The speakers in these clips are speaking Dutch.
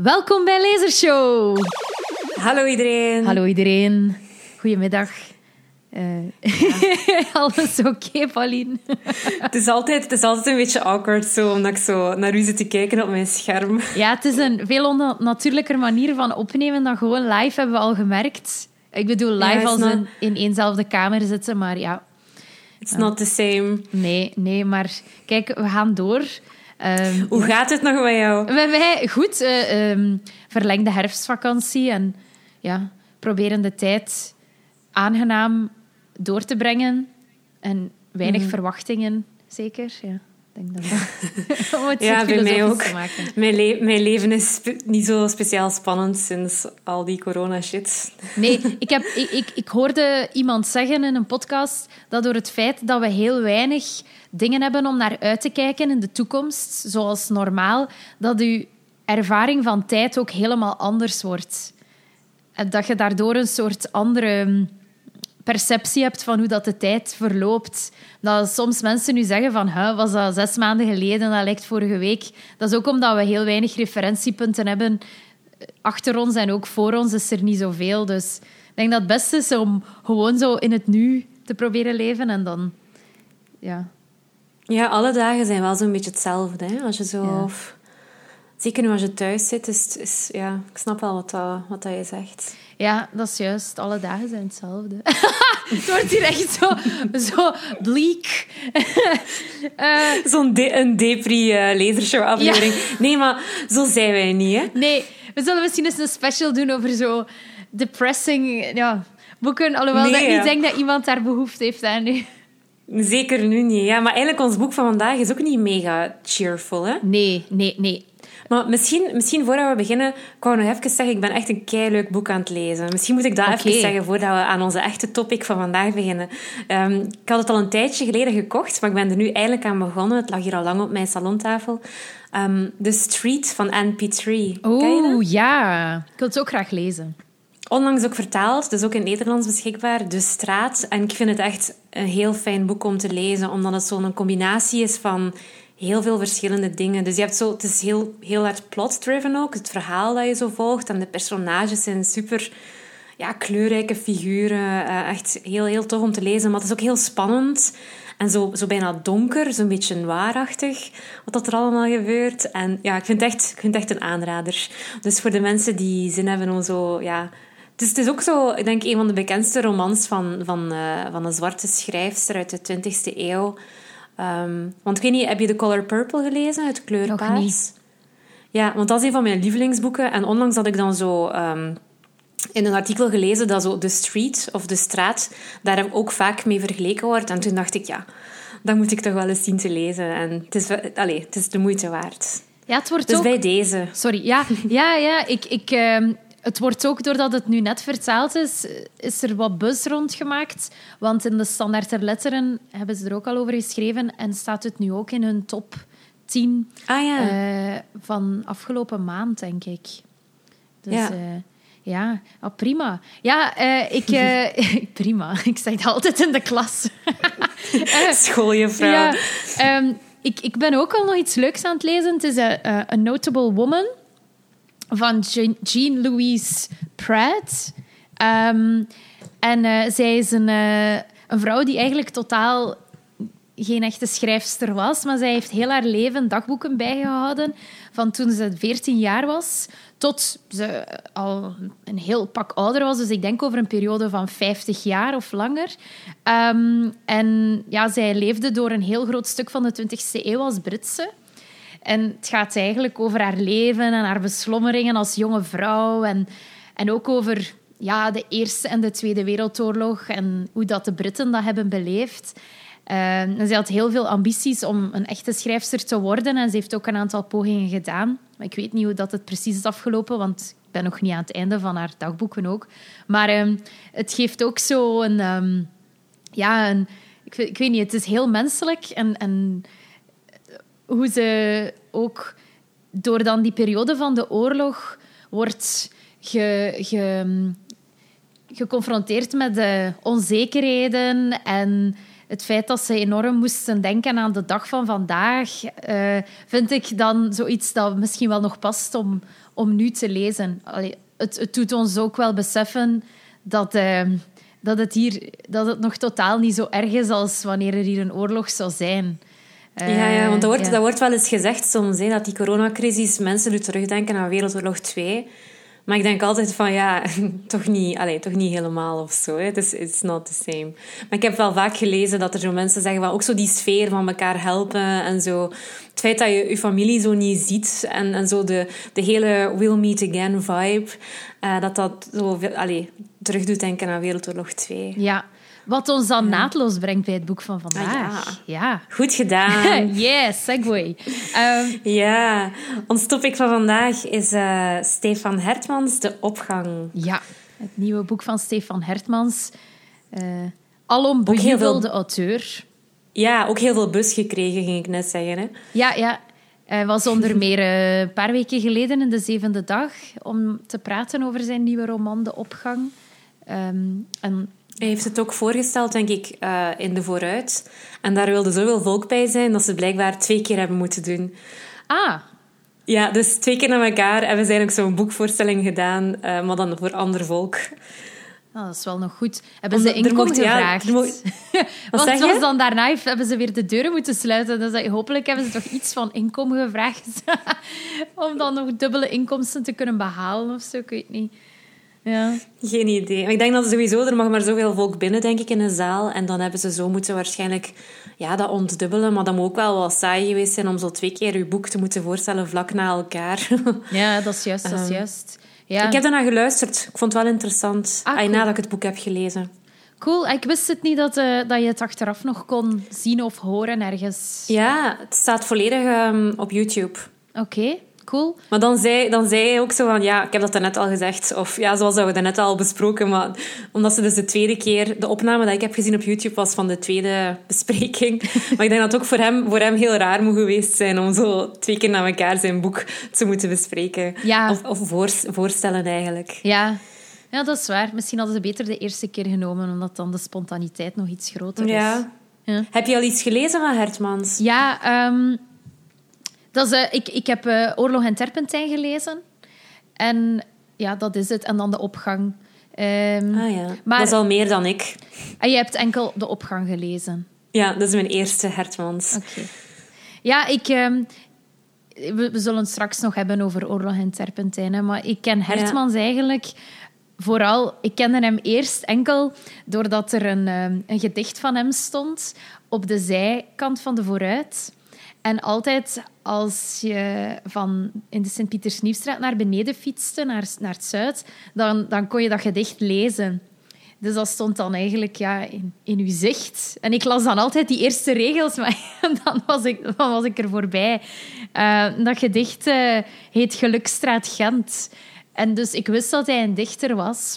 Welkom bij Lasershow. Hallo iedereen. Hallo iedereen. Goedemiddag. Alles oké, Pauline? Het is altijd een beetje awkward zo, omdat ik zo naar u zit te kijken op mijn scherm. Ja, het is een veel natuurlijker manier van opnemen dan gewoon live, hebben we al gemerkt. Ik bedoel, live als in éénzelfde kamer zitten, maar ja. It's not the same. Nee, maar kijk, we gaan door. Hoe gaat het nog met jou? Bij mij goed. Verlengde herfstvakantie en ja, proberen de tijd aangenaam door te brengen. En weinig verwachtingen, zeker. Ja, ik denk dat om het ja, bij mij ook. te maken. Mijn leven is niet zo speciaal spannend sinds al die corona-shit. Nee, ik hoorde iemand zeggen in een podcast dat door het feit dat we heel weinig dingen hebben om naar uit te kijken in de toekomst, zoals normaal, dat uw ervaring van tijd ook helemaal anders wordt. En dat je daardoor een soort andere perceptie hebt van hoe dat de tijd verloopt. Dat soms mensen nu zeggen van, was dat 6 maanden geleden, dat lijkt vorige week. Dat is ook omdat we heel weinig referentiepunten hebben. Achter ons en ook voor ons is er niet zoveel. Dus ik denk dat het beste is om gewoon zo in het nu te proberen leven en dan... Ja. Ja, alle dagen zijn wel zo'n beetje hetzelfde. Hè? Als je zo... Ja. Zeker nu als je thuis zit, ik snap wel wat dat je zegt. Ja, dat is juist. Alle dagen zijn hetzelfde. Het wordt hier echt zo bleak. Een depri-lasershow-aflevering. Ja. Nee, maar zo zijn wij niet, hè? Nee, we zullen misschien eens een special doen over zo depressing boeken. Alhoewel dat ik niet denk dat iemand daar behoefte heeft aan nu. Zeker nu niet, ja. Maar eigenlijk, ons boek van vandaag is ook niet mega cheerful, hè? Nee. Maar misschien voordat we beginnen, ik wou nog even zeggen, ik ben echt een keileuk boek aan het lezen. Misschien moet ik dat even zeggen voordat we aan onze echte topic van vandaag beginnen. Ik had het al een tijdje geleden gekocht, maar ik ben er nu eindelijk aan begonnen. Het lag hier al lang op mijn salontafel. The Street van Anne Petrie. Oeh, ja. Ik wil het ook graag lezen. Onlangs ook vertaald, dus ook in het Nederlands beschikbaar. De Straat. En ik vind het echt een heel fijn boek om te lezen, omdat het zo'n combinatie is van heel veel verschillende dingen. Dus het is heel hard plot-driven ook. Het verhaal dat je zo volgt. En de personages zijn super kleurrijke figuren. Echt heel, heel tof om te lezen. Maar het is ook heel spannend. En zo bijna donker, zo'n beetje noirachtig, wat er allemaal gebeurt. En ja, ik vind het echt een aanrader. Dus voor de mensen die zin hebben om zo... Ja, het is ook zo, ik denk, een van de bekendste romans van een zwarte schrijfster uit de 20e eeuw. Want ik weet niet, heb je The Color Purple gelezen? Het kleur Nog paars? niet. Ja, want dat is een van mijn lievelingsboeken. En onlangs had ik dan zo in een artikel gelezen dat zo de street of de straat daar ook vaak mee vergeleken wordt. En toen dacht ik, ja, dat moet ik toch wel eens zien te lezen. En het is de moeite waard. Ja, het wordt dus ook... bij deze. Sorry, ja. Het wordt ook, doordat het nu net vertaald is er wat buzz rondgemaakt. Want in de Standaard der Letteren hebben ze er ook al over geschreven en staat het nu ook in hun top 10 van afgelopen maand, denk ik. Dus prima. Ja, prima. Ik zeg dat altijd in de klas. Schooljuffrouw. Ja, ik ben ook al nog iets leuks aan het lezen. Het is A Notable Woman van Jean Louise Pratt. Zij is een vrouw die eigenlijk totaal geen echte schrijfster was, maar zij heeft heel haar leven dagboeken bijgehouden van toen ze 14 jaar was tot ze al een heel pak ouder was. Dus ik denk over een periode van 50 jaar of langer. Zij leefde door een heel groot stuk van de 20e eeuw als Britse. En het gaat eigenlijk over haar leven en haar beslommeringen als jonge vrouw. En ook over de Eerste en de Tweede Wereldoorlog en hoe dat de Britten dat hebben beleefd. En ze had heel veel ambities om een echte schrijfster te worden. En ze heeft ook een aantal pogingen gedaan. Maar ik weet niet hoe dat het precies is afgelopen, want ik ben nog niet aan het einde van haar dagboeken ook. Maar het geeft ook zo ik weet niet, het is heel menselijk. En hoe ze ook door dan die periode van de oorlog wordt geconfronteerd met de onzekerheden en het feit dat ze enorm moesten denken aan de dag van vandaag, vind ik dan zoiets dat misschien wel nog past om nu te lezen. Allee, het doet ons ook wel beseffen dat het nog totaal niet zo erg is als wanneer er hier een oorlog zou zijn. Ja, want dat wordt wel eens gezegd soms, hè, dat die coronacrisis mensen doet terugdenken aan Wereldoorlog 2. Maar ik denk altijd van, ja, toch niet helemaal of zo. Hè. It's not the same. Maar ik heb wel vaak gelezen dat er zo mensen zeggen van, ook zo die sfeer van elkaar helpen en zo. Het feit dat je familie zo niet ziet en zo de hele we'll meet again vibe, dat zo terug doet denken aan Wereldoorlog 2. Ja, wat ons dan naadloos brengt bij het boek van vandaag. Ja. Goed gedaan. Yes, segway. Ja, ons topic van vandaag is Stefan Hertmans, De Opgang. Ja, het nieuwe boek van Stefan Hertmans. Alom bejubelde auteur. Ja, ook heel veel buzz gekregen, ging ik net zeggen. Hè? Ja. Hij was onder meer een paar weken geleden in de 7e dag om te praten over zijn nieuwe roman De Opgang. Hij heeft het ook voorgesteld, denk ik, in de Vooruit. En daar wilde zoveel volk bij zijn dat ze blijkbaar 2 keer hebben moeten doen. Ah. Ja, dus 2 keer na elkaar hebben ze eigenlijk zo'n boekvoorstelling gedaan, maar dan voor ander volk. Oh, dat is wel nog goed. Hebben ze inkom gevraagd? Want zoals dan daarna hebben ze weer de deuren moeten sluiten. Dus hopelijk hebben ze toch iets van inkomen gevraagd. Om dan nog dubbele inkomsten te kunnen behalen of zo. Ik weet niet. Ja. Geen idee. Maar ik denk dat sowieso, er mag maar zoveel volk binnen, denk ik, in een zaal. En dan hebben ze zo moeten waarschijnlijk dat ontdubbelen. Maar dat moet ook wel wat saai geweest zijn om zo 2 keer je boek te moeten voorstellen vlak na elkaar. Ja, dat is juist. Ja. Ik heb daarna geluisterd. Ik vond het wel interessant. Cool. Nadat ik het boek heb gelezen. Cool. Ik wist het niet dat je het achteraf nog kon zien of horen ergens. Ja, het staat volledig op YouTube. Oké. Cool. Maar dan zei hij ook zo van, ja, ik heb dat daarnet al gezegd. Of ja, zoals dat we daarnet al besproken. Maar omdat ze dus de tweede keer... De opname dat ik heb gezien op YouTube was van de tweede bespreking. Maar ik denk dat het ook voor hem heel raar moet geweest zijn om zo 2 keer na elkaar zijn boek te moeten bespreken. Ja. Of voorstellen eigenlijk. Ja, dat is waar. Misschien hadden ze beter de eerste keer genomen, omdat dan de spontaniteit nog iets groter is. Ja. Heb je al iets gelezen van Hertmans? Ja, ik heb Oorlog en Terpentijn gelezen. En ja, dat is het. En dan De Opgang. Maar, dat is al meer dan ik. En je hebt enkel De Opgang gelezen? Ja, dat is mijn eerste Hertmans. Oké. Ja, we zullen het straks nog hebben over Oorlog en Terpentijn. Hè, maar ik ken Hertmans eigenlijk... Vooral, ik kende hem eerst enkel doordat er een gedicht van hem stond op de zijkant van de Vooruit. En altijd als je in de Sint-Pieters-Nieuwstraat naar beneden fietste, naar het zuid, dan kon je dat gedicht lezen. Dus dat stond dan eigenlijk in uw zicht. En ik las dan altijd die eerste regels, maar dan was ik er voorbij. Dat gedicht heet Gelukstraat Gent. En dus ik wist dat hij een dichter was.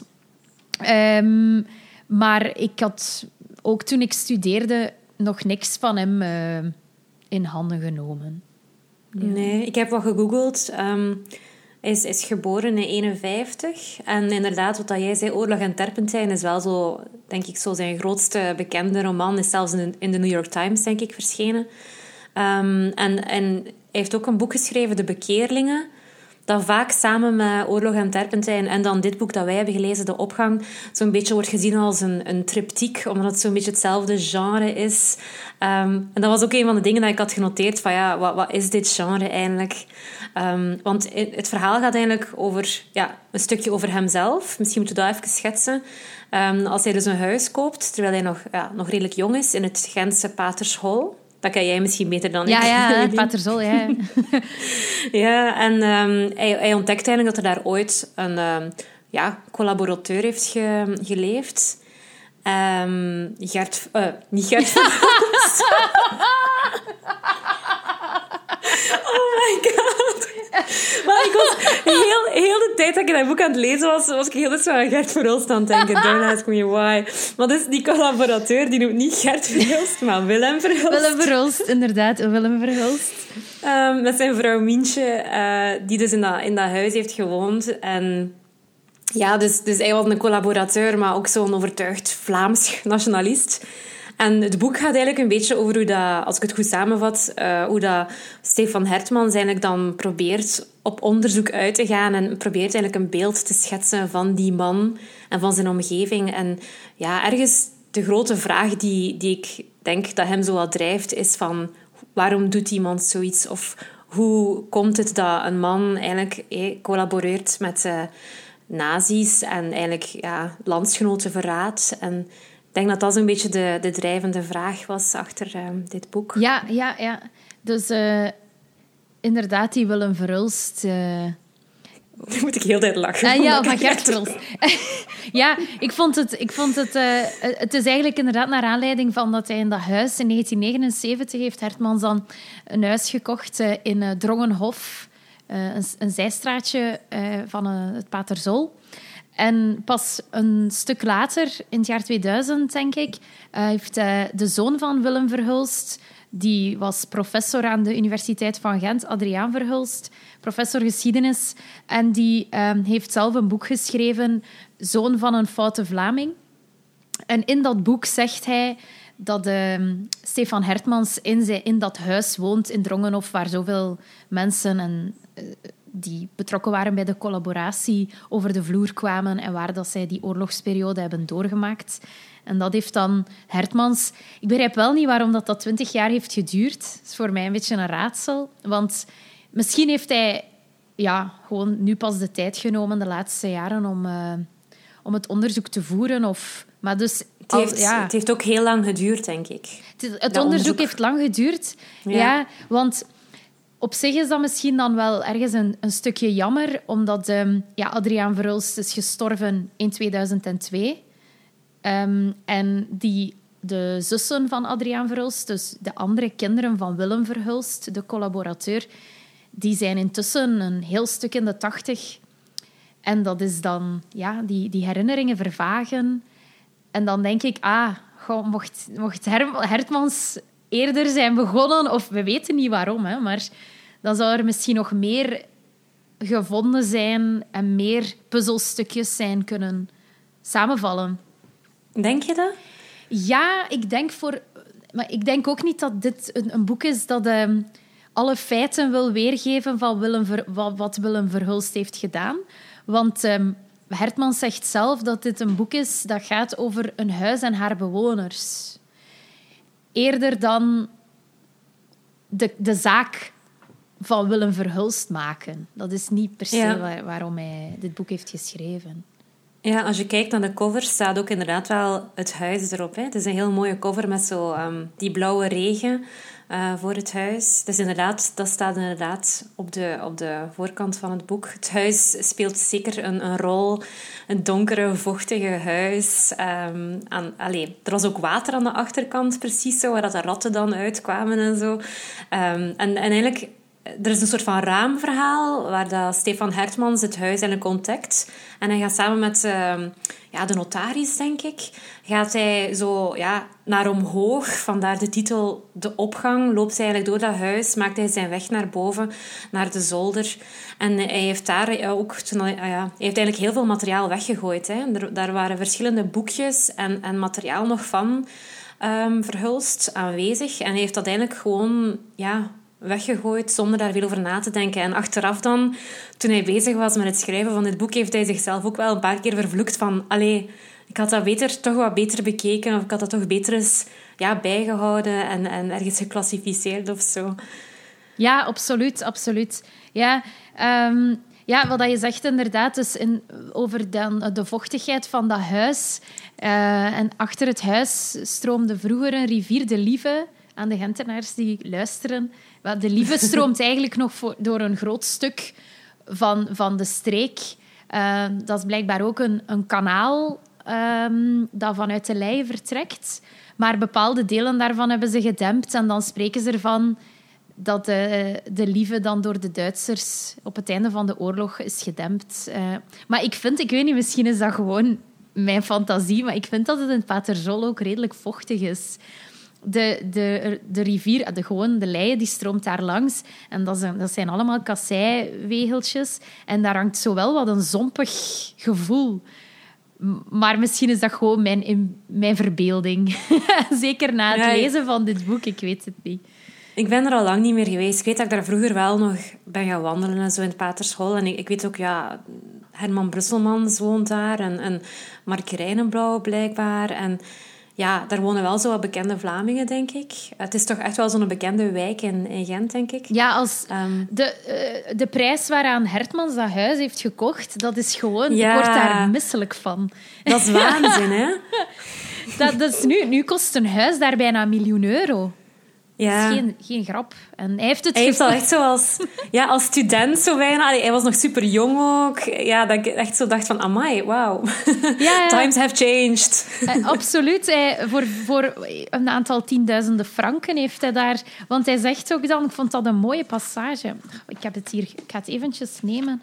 Maar ik had ook toen ik studeerde nog niks van hem in handen genomen. Ja. Nee, ik heb wat gegoogeld. Hij is geboren in 1951. En inderdaad, wat jij zei, Oorlog en Terpentijn is wel zo, denk ik, zo zijn grootste bekende roman. Is zelfs in de New York Times, denk ik, verschenen. En hij heeft ook een boek geschreven, De Bekeerlingen. Dat vaak samen met Oorlog en Terpentijn en dan dit boek dat wij hebben gelezen, De Opgang, zo'n beetje wordt gezien als een triptiek, omdat het zo'n beetje hetzelfde genre is. En dat was ook een van de dingen dat ik had genoteerd van wat is dit genre eigenlijk? Want het verhaal gaat eigenlijk over een stukje over hemzelf. Misschien moeten we dat even schetsen. Als hij dus een huis koopt, terwijl hij nog redelijk jong is, in het Gentse Patershol. Dat kan jij misschien beter dan ik. Ja, Patershol, ja. Ja, en hij ontdekt eigenlijk dat er daar ooit een collaborateur heeft geleefd. Niet Gert Verhulst. Oh my god. Maar ik was heel de tijd dat ik dat boek aan het lezen was ik heel eens aan Gert Verhulst aan het denken. Don't ask me why. Maar dus die collaborateur, die noemt niet Gert Verhulst, maar Willem Verhulst. Willem Verhulst, inderdaad. Willem Verhulst. Met zijn vrouw Mientje, die dus in dat huis heeft gewoond. En ja, dus hij was een collaborateur, maar ook zo'n overtuigd Vlaams nationalist. En het boek gaat eigenlijk een beetje over hoe dat, als ik het goed samenvat, hoe dat Stefan Hertmans eigenlijk dan probeert op onderzoek uit te gaan en probeert eigenlijk een beeld te schetsen van die man en van zijn omgeving. En ja, ergens de grote vraag die ik denk dat hem zo wat drijft, is van waarom doet iemand zoiets? Of hoe komt het dat een man eigenlijk collaboreert met nazi's en eigenlijk landsgenoten verraadt? En ik denk dat dat zo'n beetje de drijvende vraag was achter dit boek. Ja. Dus inderdaad, die Willem Verhulst... Dan moet ik heel de tijd lachen. Ja, maar Gert Verhulst. Ja, ik vond het... Het is eigenlijk inderdaad naar aanleiding van dat hij in dat huis in 1979 heeft Hertmans dan een huis gekocht in Drongenhof. Een zijstraatje van het Paterzol. En pas een stuk later, in het jaar 2000, denk ik, heeft de zoon van Willem Verhulst, die was professor aan de Universiteit van Gent, Adriaan Verhulst, professor geschiedenis, en die heeft zelf een boek geschreven, Zoon van een foute Vlaming. En in dat boek zegt hij dat Stefan Hertmans in dat huis woont in Drongenhof, waar zoveel mensen die betrokken waren bij de collaboratie over de vloer kwamen en waar dat zij die oorlogsperiode hebben doorgemaakt. En dat heeft dan Hertmans... Ik begrijp wel niet waarom dat 20 jaar heeft geduurd. Dat is voor mij een beetje een raadsel. Want misschien heeft hij gewoon nu pas de tijd genomen de laatste jaren om het onderzoek te voeren. Maar dus, het heeft ook heel lang geduurd, denk ik. Het onderzoek heeft lang geduurd. Ja, want... Op zich is dat misschien dan wel ergens een stukje jammer, omdat Adriaan Verhulst is gestorven in 2002. En de zussen van Adriaan Verhulst, dus de andere kinderen van Willem Verhulst, de collaborateur, die zijn intussen een heel stuk in de 80. En dat is dan... Ja, die herinneringen vervagen. En dan denk ik, mocht Hertmans eerder zijn begonnen, of we weten niet waarom, hè, maar dan zou er misschien nog meer gevonden zijn en meer puzzelstukjes zijn kunnen samenvallen. Denk je dat? Ja, maar ik denk ook niet dat dit een boek is dat alle feiten wil weergeven van wat Willem Verhulst heeft gedaan. Want Hertmans zegt zelf dat dit een boek is dat gaat over een huis en haar bewoners. Eerder dan de zaak van Willem Verhulst maken. Dat is niet per se waarom hij dit boek heeft geschreven. Ja, als je kijkt naar de cover, staat ook inderdaad wel het huis erop. Hè. Het is een heel mooie cover met zo die blauwe regen voor het huis. Dus inderdaad, dat staat inderdaad op de voorkant van het boek. Het huis speelt zeker een rol. Een donkere, vochtige huis. Er was ook water aan de achterkant, precies zo, waar dat de ratten dan uitkwamen en zo. En eigenlijk... Er is een soort van raamverhaal waar dat Stefan Hertmans het huis eigenlijk ontdekt. En hij gaat samen met de notaris, denk ik, gaat hij zo naar omhoog. Vandaar de titel De Opgang. Loopt hij eigenlijk door dat huis, maakt hij zijn weg naar boven, naar de zolder. En hij heeft daar ook... hij heeft eigenlijk heel veel materiaal weggegooid. Hè. Daar waren verschillende boekjes en materiaal nog van Verhulst aanwezig. En hij heeft dat eigenlijk gewoon... weggegooid zonder daar veel over na te denken. En achteraf dan, toen hij bezig was met het schrijven van dit boek, heeft hij zichzelf ook wel een paar keer vervloekt van ik had dat toch wat beter bekeken of ik had dat toch beter eens bijgehouden en ergens geclassificeerd of zo. Ja, absoluut. Ja, wat je zegt inderdaad, dus over de vochtigheid van dat huis. En achter het huis stroomde vroeger een rivier, de Lieve, aan de Gentenaars die luisteren. De Lieve stroomt eigenlijk nog door een groot stuk van de streek. Dat is blijkbaar ook een kanaal dat vanuit de Leie vertrekt. Maar bepaalde delen daarvan hebben ze gedempt. En dan spreken ze ervan dat de Lieve dan door de Duitsers op het einde van de oorlog is gedempt. Maar ik weet niet, misschien is dat gewoon mijn fantasie, maar ik vind dat het in Paterzol ook redelijk vochtig is. De rivier, de Leie, die stroomt daar langs. En dat zijn allemaal kasseiwegeltjes. En daar hangt zowel wat een zompig gevoel. Maar misschien is dat gewoon mijn verbeelding. Zeker na het lezen van dit boek, ik weet het niet. Ik ben er al lang niet meer geweest. Ik weet dat ik daar vroeger wel nog ben gaan wandelen en zo in het Paterschool. En ik weet ook, Herman Brusselmans woont daar en Mark Reinenbrouw blijkbaar. En ja, daar wonen wel zo wat bekende Vlamingen, denk ik. Het is toch echt wel zo'n bekende wijk in Gent, denk ik. Ja, als de prijs waaraan Hertmans dat huis heeft gekocht, dat is gewoon... Ik word daar misselijk van. Dat is waanzin, hè? Dat is nu kost een huis daar bijna €1 miljoen. Ja. Dat is geen grap. En hij heeft al echt zo als student zo bijna... Hij was nog super jong ook. Ja, dat ik echt zo dacht van... Amai, wauw. Ja. Times have changed. Absoluut. Voor een aantal 10.000 franken heeft hij daar... Want hij zegt ook dan... Ik vond dat een mooie passage. Ik heb het hier... Ik ga het eventjes nemen.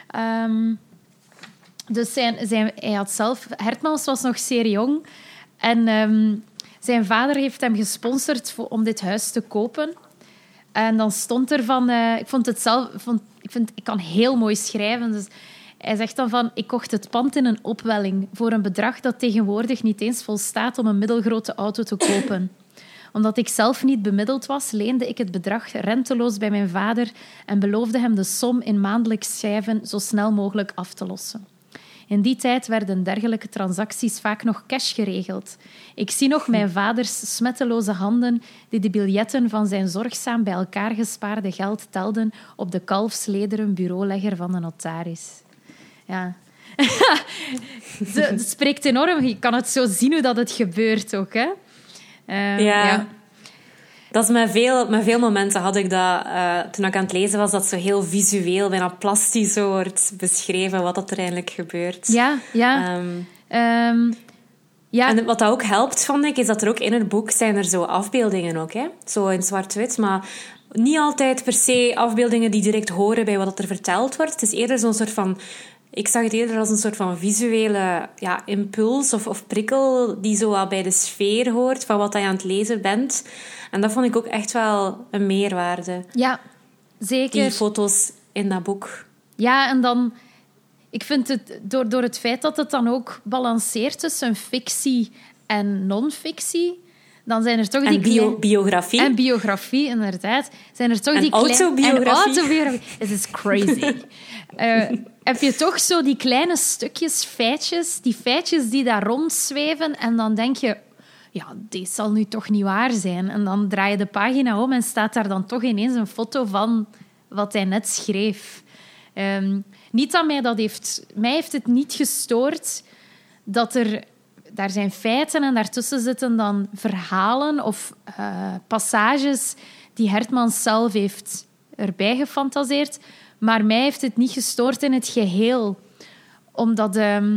Dus hij had zelf... Hertmans was nog zeer jong. En... zijn vader heeft hem gesponsord om dit huis te kopen. En dan stond er van... Ik kan heel mooi schrijven. Dus hij zegt dan van... Ik kocht het pand in een opwelling voor een bedrag dat tegenwoordig niet eens volstaat om een middelgrote auto te kopen. Omdat ik zelf niet bemiddeld was, leende ik het bedrag renteloos bij mijn vader en beloofde hem de som in maandelijks schijven zo snel mogelijk af te lossen. In die tijd werden dergelijke transacties vaak nog cash geregeld. Ik zie nog mijn vaders smetteloze handen die de biljetten van zijn zorgzaam bij elkaar gespaarde geld telden op de kalfslederen bureaulegger van de notaris. Ja. Het spreekt enorm. Je kan het zo zien hoe dat het gebeurt ook. Hè? Ja. Dat is met veel momenten had ik dat... toen ik aan het lezen was, dat zo heel visueel, bijna plastisch wordt beschreven wat er eigenlijk gebeurt. Ja. En wat dat ook helpt, vond ik, is dat er ook in het boek zijn er zo afbeeldingen ook. Hè? Zo in zwart-wit, maar niet altijd per se afbeeldingen die direct horen bij wat er verteld wordt. Het is eerder zo'n soort van... Ik zag het eerder als een soort van visuele impuls of prikkel die zo bij de sfeer hoort van wat je aan het lezen bent. En dat vond ik ook echt wel een meerwaarde. Ja, zeker. Die foto's in dat boek. Ja, en dan... Ik vind het, door het feit dat het dan ook balanceert tussen fictie en non-fictie, dan zijn er toch die biografie. En biografie, inderdaad. Zijn er toch en die autobiografie. It is crazy. Heb je toch zo die kleine stukjes, feitjes, die feitjes die daar rondzweven en dan denk je, ja, dit zal nu toch niet waar zijn. En dan draai je de pagina om en staat daar dan toch ineens een foto van wat hij net schreef. Niet dat mij heeft het niet gestoord dat daar zijn feiten en daartussen zitten dan verhalen of passages die Hertmans zelf heeft erbij gefantaseerd. Maar mij heeft het niet gestoord in het geheel. Omdat,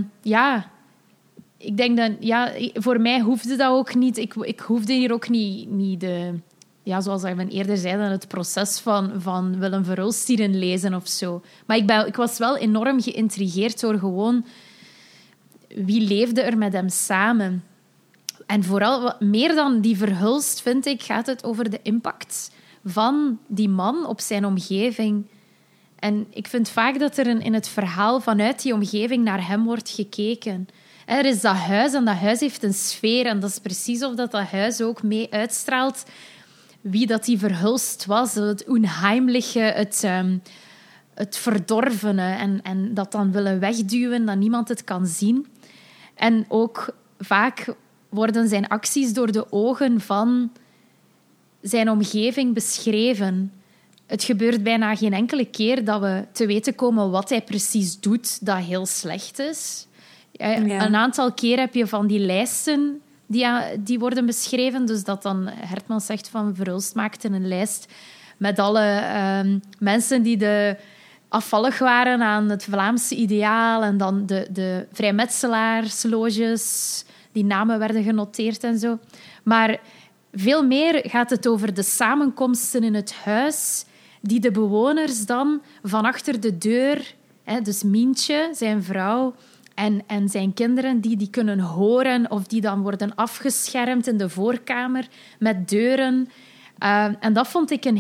ik denk dat... Ja, voor mij hoefde dat ook niet. Ik hoefde hier ook niet de... Ja, zoals ik eerder zei, het proces van Willem Verhulst hierin lezen of zo. Maar ik was wel enorm geïntrigeerd door gewoon... Wie leefde er met hem samen? En vooral, meer dan die Verhulst, vind ik, gaat het over de impact van die man op zijn omgeving. En ik vind vaak dat er in het verhaal vanuit die omgeving naar hem wordt gekeken. Er is dat huis en dat huis heeft een sfeer. En dat is precies of dat huis ook mee uitstraalt wie dat die Verhulst was. Het onheimliche, het verdorvene. En dat dan willen wegduwen, dat niemand het kan zien. En ook vaak worden zijn acties door de ogen van zijn omgeving beschreven. Het gebeurt bijna geen enkele keer dat we te weten komen wat hij precies doet dat heel slecht is. Ja. Een aantal keer heb je van die lijsten die worden beschreven. Dus dat dan Hertmans zegt van Verhulst maakte een lijst met alle mensen die afvallig waren aan het Vlaamse ideaal en dan de vrijmetselaarsloges, die namen werden genoteerd en zo. Maar veel meer gaat het over de samenkomsten in het huis die de bewoners dan van achter de deur, dus Mientje, zijn vrouw, en zijn kinderen, die kunnen horen of die dan worden afgeschermd in de voorkamer met deuren. En dat vond ik een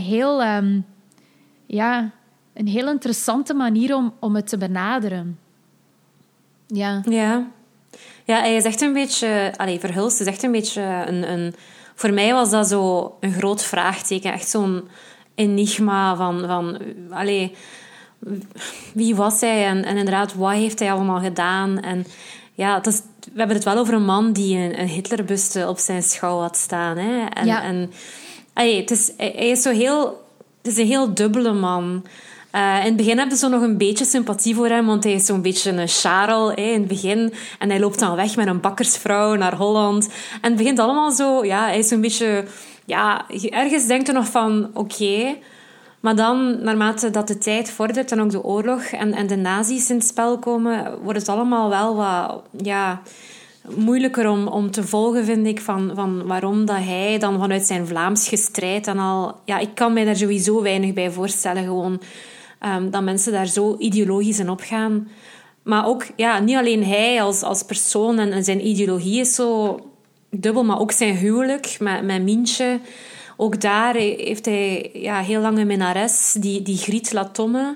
heel interessante manier om het te benaderen. Ja. Ja, hij is echt een beetje... Verhulst is echt een beetje een... Voor mij was dat zo een groot vraagteken. Echt zo'n enigma van wie was hij? En inderdaad, wat heeft hij allemaal gedaan? En ja, we hebben het wel over een man die een Hitlerbuste op zijn schouw had staan. Hè? Hij is zo heel... Het is een heel dubbele man. In het begin heb je zo nog een beetje sympathie voor hem, want hij is zo'n beetje een Charles in het begin. En hij loopt dan weg met een bakkersvrouw naar Holland. En het begint allemaal zo... Ja, hij is zo'n beetje... Ja, ergens denkt je nog van... Oké. Maar dan, naarmate dat de tijd vordert en ook de oorlog en de nazi's in het spel komen, wordt het allemaal wel wat... Ja, moeilijker om te volgen, vind ik, van waarom dat hij dan vanuit zijn Vlaams gestrijd en al... Ja, ik kan mij daar sowieso weinig bij voorstellen, gewoon... dat mensen daar zo ideologisch in opgaan. Maar ook, ja, niet alleen hij als persoon en zijn ideologie is zo dubbel, maar ook zijn huwelijk met Mientje. Ook daar heeft hij heel lang een minnares, die Griet Latomme.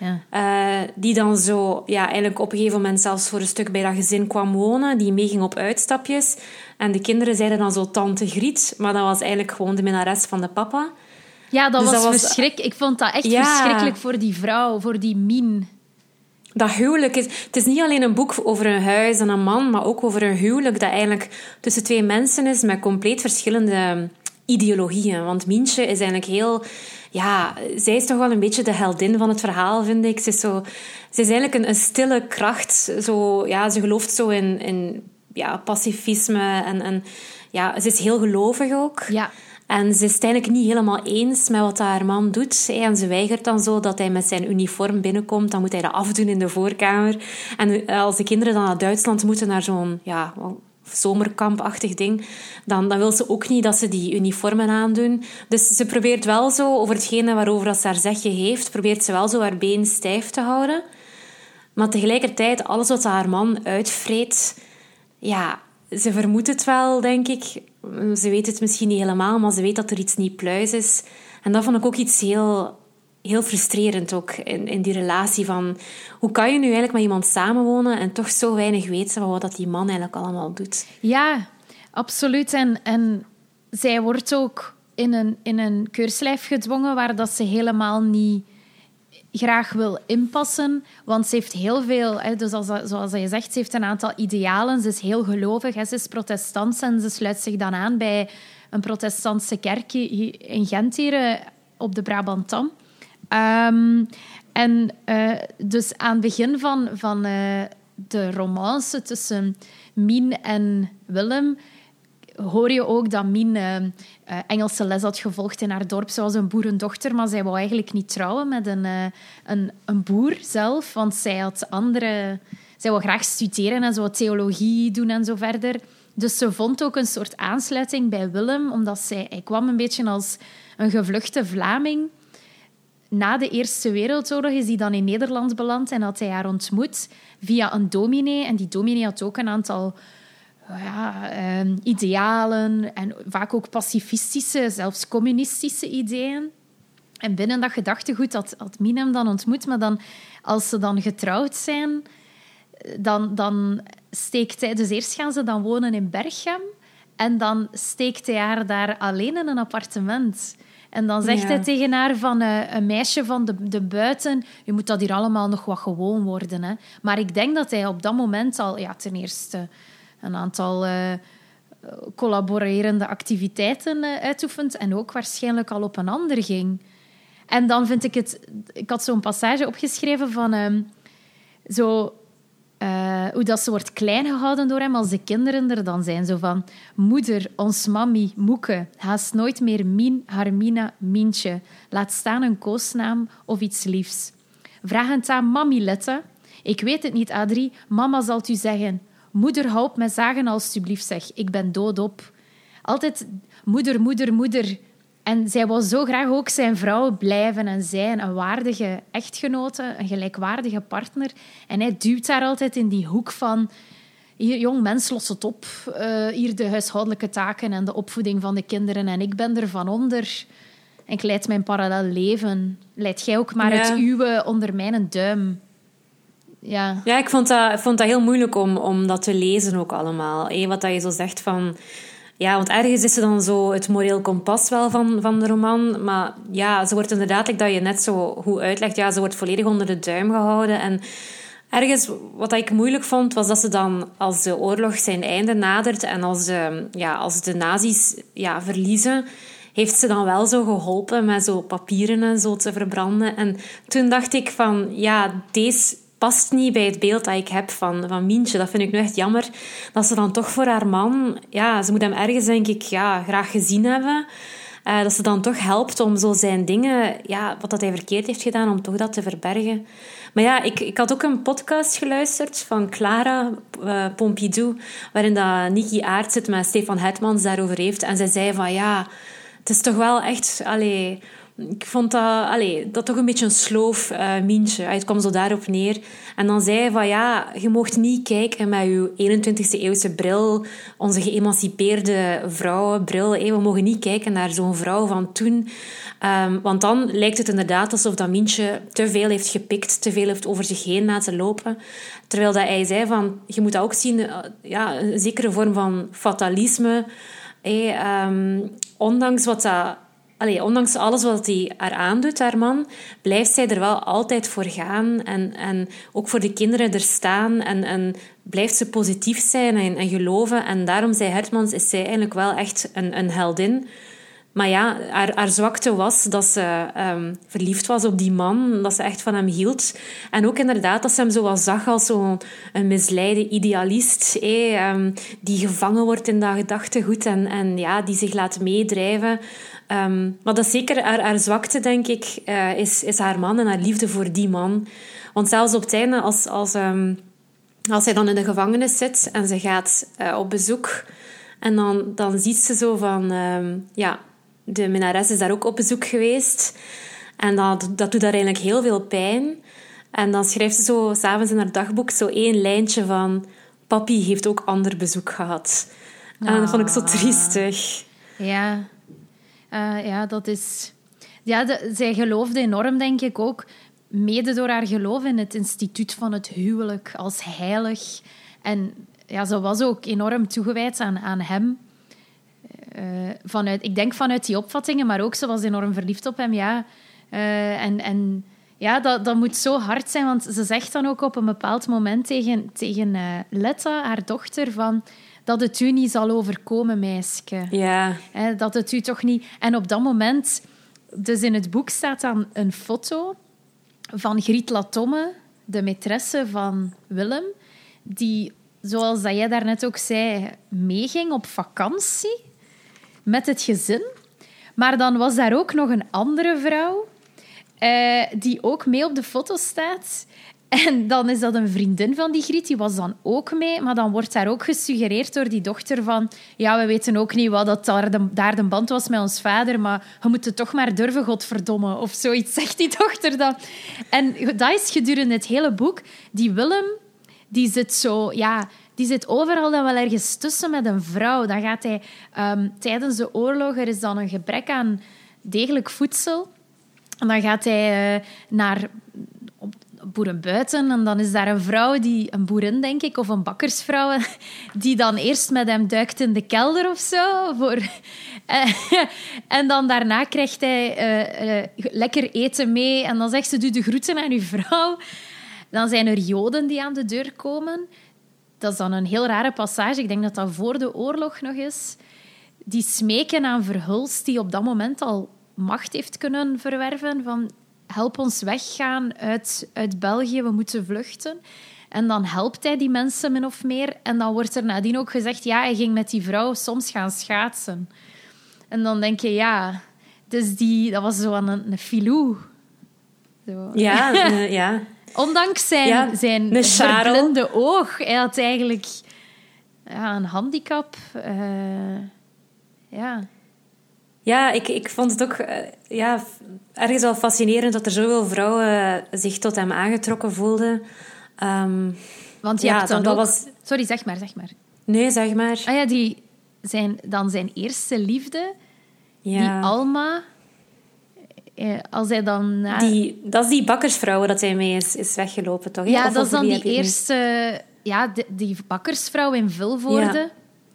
Ja. Die dan zo, eigenlijk op een gegeven moment zelfs voor een stuk bij dat gezin kwam wonen. Die meeging op uitstapjes. En de kinderen zeiden dan zo tante Griet. Maar dat was eigenlijk gewoon de minnares van de papa. Ja, dat was verschrikkelijk. Ik vond dat echt verschrikkelijk voor die vrouw, voor die Mien. Dat huwelijk is... Het is niet alleen een boek over een huis en een man, maar ook over een huwelijk dat eigenlijk tussen twee mensen is met compleet verschillende ideologieën. Want Mientje is eigenlijk heel... Ja, zij is toch wel een beetje de heldin van het verhaal, vind ik. Ze is eigenlijk een stille kracht. Zo, ja, ze gelooft zo in pacifisme. En ja, ze is heel gelovig ook. Ja. En ze is het eigenlijk niet helemaal eens met wat haar man doet. En ze weigert dan zo dat hij met zijn uniform binnenkomt. Dan moet hij dat afdoen in de voorkamer. En als de kinderen dan naar Duitsland moeten, naar zo'n zomerkampachtig ding, dan wil ze ook niet dat ze die uniformen aandoen. Dus ze probeert wel zo, over hetgene waarover dat ze haar zegje heeft, probeert ze wel zo haar been stijf te houden. Maar tegelijkertijd, alles wat haar man uitvreet, ja, ze vermoedt het wel, denk ik. Ze weet het misschien niet helemaal, maar ze weet dat er iets niet pluis is. En dat vond ik ook iets heel, heel frustrerend ook in die relatie van... Hoe kan je nu eigenlijk met iemand samenwonen en toch zo weinig weten van wat dat die man eigenlijk allemaal doet? Ja, absoluut. En zij wordt ook in een keurslijf gedwongen waar dat ze helemaal niet graag wil inpassen. Want ze heeft heel veel... Dus zoals je zegt, ze heeft een aantal idealen. Ze is heel gelovig. Ze is protestant en ze sluit zich dan aan bij een protestantse kerk in Gent hier op de Brabantam. Dus aan het begin van de romance tussen Mien en Willem hoor je ook dat Mien Engelse les had gevolgd in haar dorp. Ze was een boerendochter, maar zij wou eigenlijk niet trouwen met een boer zelf, want zij wou graag studeren en zo theologie doen en zo verder. Dus ze vond ook een soort aansluiting bij Willem, omdat hij kwam een beetje als een gevluchte Vlaming. Na de Eerste Wereldoorlog is hij dan in Nederland beland en had hij haar ontmoet via een dominee. En die dominee had ook een aantal idealen en vaak ook pacifistische, zelfs communistische ideeën. En binnen dat gedachtegoed had Mien hem dan ontmoet, maar dan, als ze dan getrouwd zijn, dan steekt hij... Dus eerst gaan ze dan wonen in Berchem en dan steekt hij haar daar alleen in een appartement. En dan zegt hij tegen haar van een meisje van de buiten, je moet dat hier allemaal nog wat gewoon worden. Hè. Maar ik denk dat hij op dat moment al ten eerste een aantal collaborerende activiteiten uitoefent en ook waarschijnlijk al op een ander ging. En dan vind ik het... Ik had zo'n passage opgeschreven van hoe dat ze wordt klein gehouden door hem als de kinderen er dan zijn. Zo van, moeder, ons mami, Moeke, haast nooit meer Mien, Harmina, Mientje. Laat staan een koosnaam of iets liefs. Vragend aan mami Lette. Ik weet het niet, Adrie. Mama zal het u zeggen. Moeder, hou op met zagen alstublieft, zeg. Ik ben doodop. Altijd moeder, moeder, moeder. En zij wou zo graag ook zijn vrouw blijven en zijn een waardige echtgenote, een gelijkwaardige partner. En hij duwt haar altijd in die hoek van... Hier, jong mens, los het op. Hier de huishoudelijke taken en de opvoeding van de kinderen. En ik ben er van onder. En ik leid mijn parallel leven. Leid jij ook maar het uwe onder mijn duim. Ja. Ja, ik vond dat heel moeilijk om dat te lezen ook allemaal. Wat dat je zo zegt van... Ja, want ergens is ze dan zo het moreel kompas wel van de roman. Maar ja, ze wordt inderdaad, like dat je net zo goed uitlegt, ja, ze wordt volledig onder de duim gehouden. En ergens, wat ik moeilijk vond, was dat ze dan, als de oorlog zijn einde nadert en als de nazi's verliezen, heeft ze dan wel zo geholpen met zo papieren en zo te verbranden. En toen dacht ik van, ja, deze past niet bij het beeld dat ik heb van Mientje. Dat vind ik nu echt jammer. Dat ze dan toch voor haar man... Ja, ze moet hem ergens, denk ik, graag gezien hebben. Dat ze dan toch helpt om zo zijn dingen... Ja, wat dat hij verkeerd heeft gedaan, om toch dat te verbergen. Maar ja, ik had ook een podcast geluisterd van Clara Pompidou, waarin dat Nicky Aert zit met Stefan Hetmans daarover heeft. En zij zei van, ja... Het is toch wel echt... Ik vond dat toch een beetje een sloof Mientje. Het kwam zo daarop neer. En dan zei hij van ja, je mocht niet kijken met je 21e eeuwse bril, onze geëmancipeerde vrouwenbril. We mogen niet kijken naar zo'n vrouw van toen. Want dan lijkt het inderdaad alsof dat Mientje te veel heeft gepikt, te veel heeft over zich heen laten lopen. Terwijl dat hij zei van, je moet dat ook zien, een zekere vorm van fatalisme. Ondanks alles wat hij haar aandoet, haar man, blijft zij er wel altijd voor gaan. En ook voor de kinderen er staan. En blijft ze positief zijn en geloven. En daarom, zei Hertmans, is zij eigenlijk wel echt een heldin. Maar ja, haar zwakte was dat ze verliefd was op die man. Dat ze echt van hem hield. En ook inderdaad dat ze hem zo wat zag als zo'n misleide idealist. Die gevangen wordt in dat gedachtegoed. En die zich laat meedrijven. Maar dat is zeker haar zwakte, denk ik, is haar man en haar liefde voor die man. Want zelfs op het einde, als hij dan in de gevangenis zit en ze gaat op bezoek... En dan ziet ze zo van... de minnares is daar ook op bezoek geweest. En dat doet haar eigenlijk heel veel pijn. En dan schrijft ze zo 's avonds in haar dagboek zo 1 lijntje van... Papi heeft ook ander bezoek gehad. En dat vond ik zo triestig. Ja... dat is... Ja, zij geloofde enorm, denk ik ook, mede door haar geloof in het instituut van het huwelijk als heilig. En ja, ze was ook enorm toegewijd aan hem. Ik denk vanuit die opvattingen, maar ook ze was enorm verliefd op hem, ja. Dat moet zo hard zijn, want ze zegt dan ook op een bepaald moment tegen Letta, haar dochter, van... Dat het u niet zal overkomen, meisje. Ja. Dat het u toch niet... En op dat moment... Dus in het boek staat dan een foto van Griet Latomme, de maîtresse van Willem, die, zoals dat jij daarnet ook zei, meeging op vakantie met het gezin. Maar dan was daar ook nog een andere vrouw die ook mee op de foto staat... En dan is dat een vriendin van die Griet, die was dan ook mee. Maar dan wordt daar ook gesuggereerd door die dochter van... Ja, we weten ook niet wat dat daar de band was met ons vader, maar je moet het toch maar durven, godverdomme. Of zoiets zegt die dochter dan. En dat is gedurende het hele boek. Die Willem, die zit zo... Ja, die zit overal dan wel ergens tussen met een vrouw. Dan gaat hij tijdens de oorlog... Er is dan een gebrek aan degelijk voedsel. En dan gaat hij naar... boerenbuiten. En dan is daar een vrouw, een boerin, denk ik, of een bakkersvrouw, die dan eerst met hem duikt in de kelder of zo. En dan daarna krijgt hij lekker eten mee. En dan zegt ze, doe de groeten aan uw vrouw. Dan zijn er Joden die aan de deur komen. Dat is dan een heel rare passage. Ik denk dat dat voor de oorlog nog is. Die smeken aan Verhulst, die op dat moment al macht heeft kunnen verwerven, van... Help ons weggaan uit België, we moeten vluchten. En dan helpt hij die mensen min of meer. En dan wordt er nadien ook gezegd... Ja, hij ging met die vrouw soms gaan schaatsen. En dan denk je, ja... Dus dat was zo een filou. Zo. Ja, ja. Ondanks zijn verblinde oog. Hij had eigenlijk een handicap. Ja, ik vond het ook ergens wel fascinerend dat er zoveel vrouwen zich tot hem aangetrokken voelden. Want je hebt dan ook... Sorry, zeg maar. Nee, zeg maar. Ah ja, zijn eerste liefde, die Alma... Als hij dan... Dat is die bakkersvrouw dat hij mee is weggelopen, toch? Ja, of dat is dan die die eerste... Ja, die bakkersvrouw in Vilvoorde. Ja.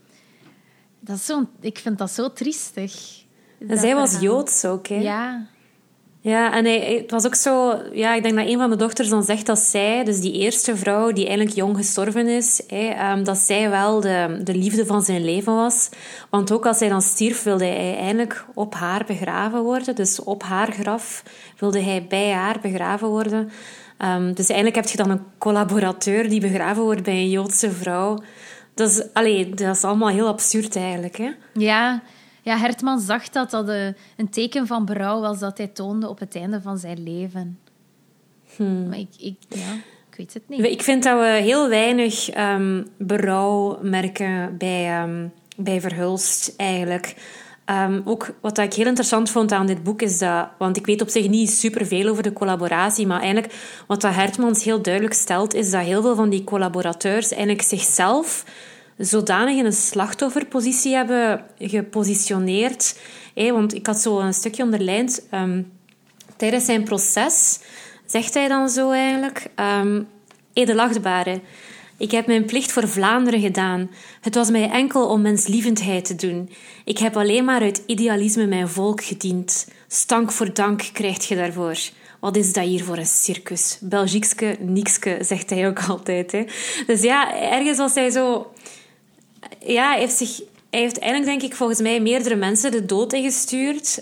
Dat is ik vind dat zo triestig. En zij was Joods ook, hè? Ja. Ja, en het was ook zo... Ja, ik denk dat een van de dochters dan zegt dat zij, dus die eerste vrouw die eigenlijk jong gestorven is, dat zij wel de liefde van zijn leven was. Want ook als hij dan stierf, wilde hij eigenlijk op haar begraven worden. Dus op haar graf wilde hij bij haar begraven worden. Dus eigenlijk heb je dan een collaborateur die begraven wordt bij een Joodse vrouw. Dat is allemaal heel absurd eigenlijk, hè? Ja... Ja, Hertman zag dat een teken van berouw was dat hij toonde op het einde van zijn leven. Maar ik weet het niet. Ik vind dat we heel weinig berouw merken bij Verhulst, eigenlijk. Ook wat ik heel interessant vond aan dit boek is dat... Want ik weet op zich niet superveel over de collaboratie, maar eigenlijk wat dat Hertmans heel duidelijk stelt, is dat heel veel van die collaborateurs eigenlijk zichzelf zodanig in een slachtofferpositie hebben gepositioneerd. Want ik had zo een stukje onderlijnd. Tijdens zijn proces zegt hij dan zo eigenlijk... Edelachtbare, ik heb mijn plicht voor Vlaanderen gedaan. Het was mij enkel om menslievendheid te doen. Ik heb alleen maar uit idealisme mijn volk gediend. Stank voor dank krijgt je daarvoor. Wat is dat hier voor een circus? Belgiekske, nikske, zegt hij ook altijd. Hè. Dus ja, ergens was hij zo... Ja, hij heeft eigenlijk, denk ik, volgens mij meerdere mensen de dood ingestuurd.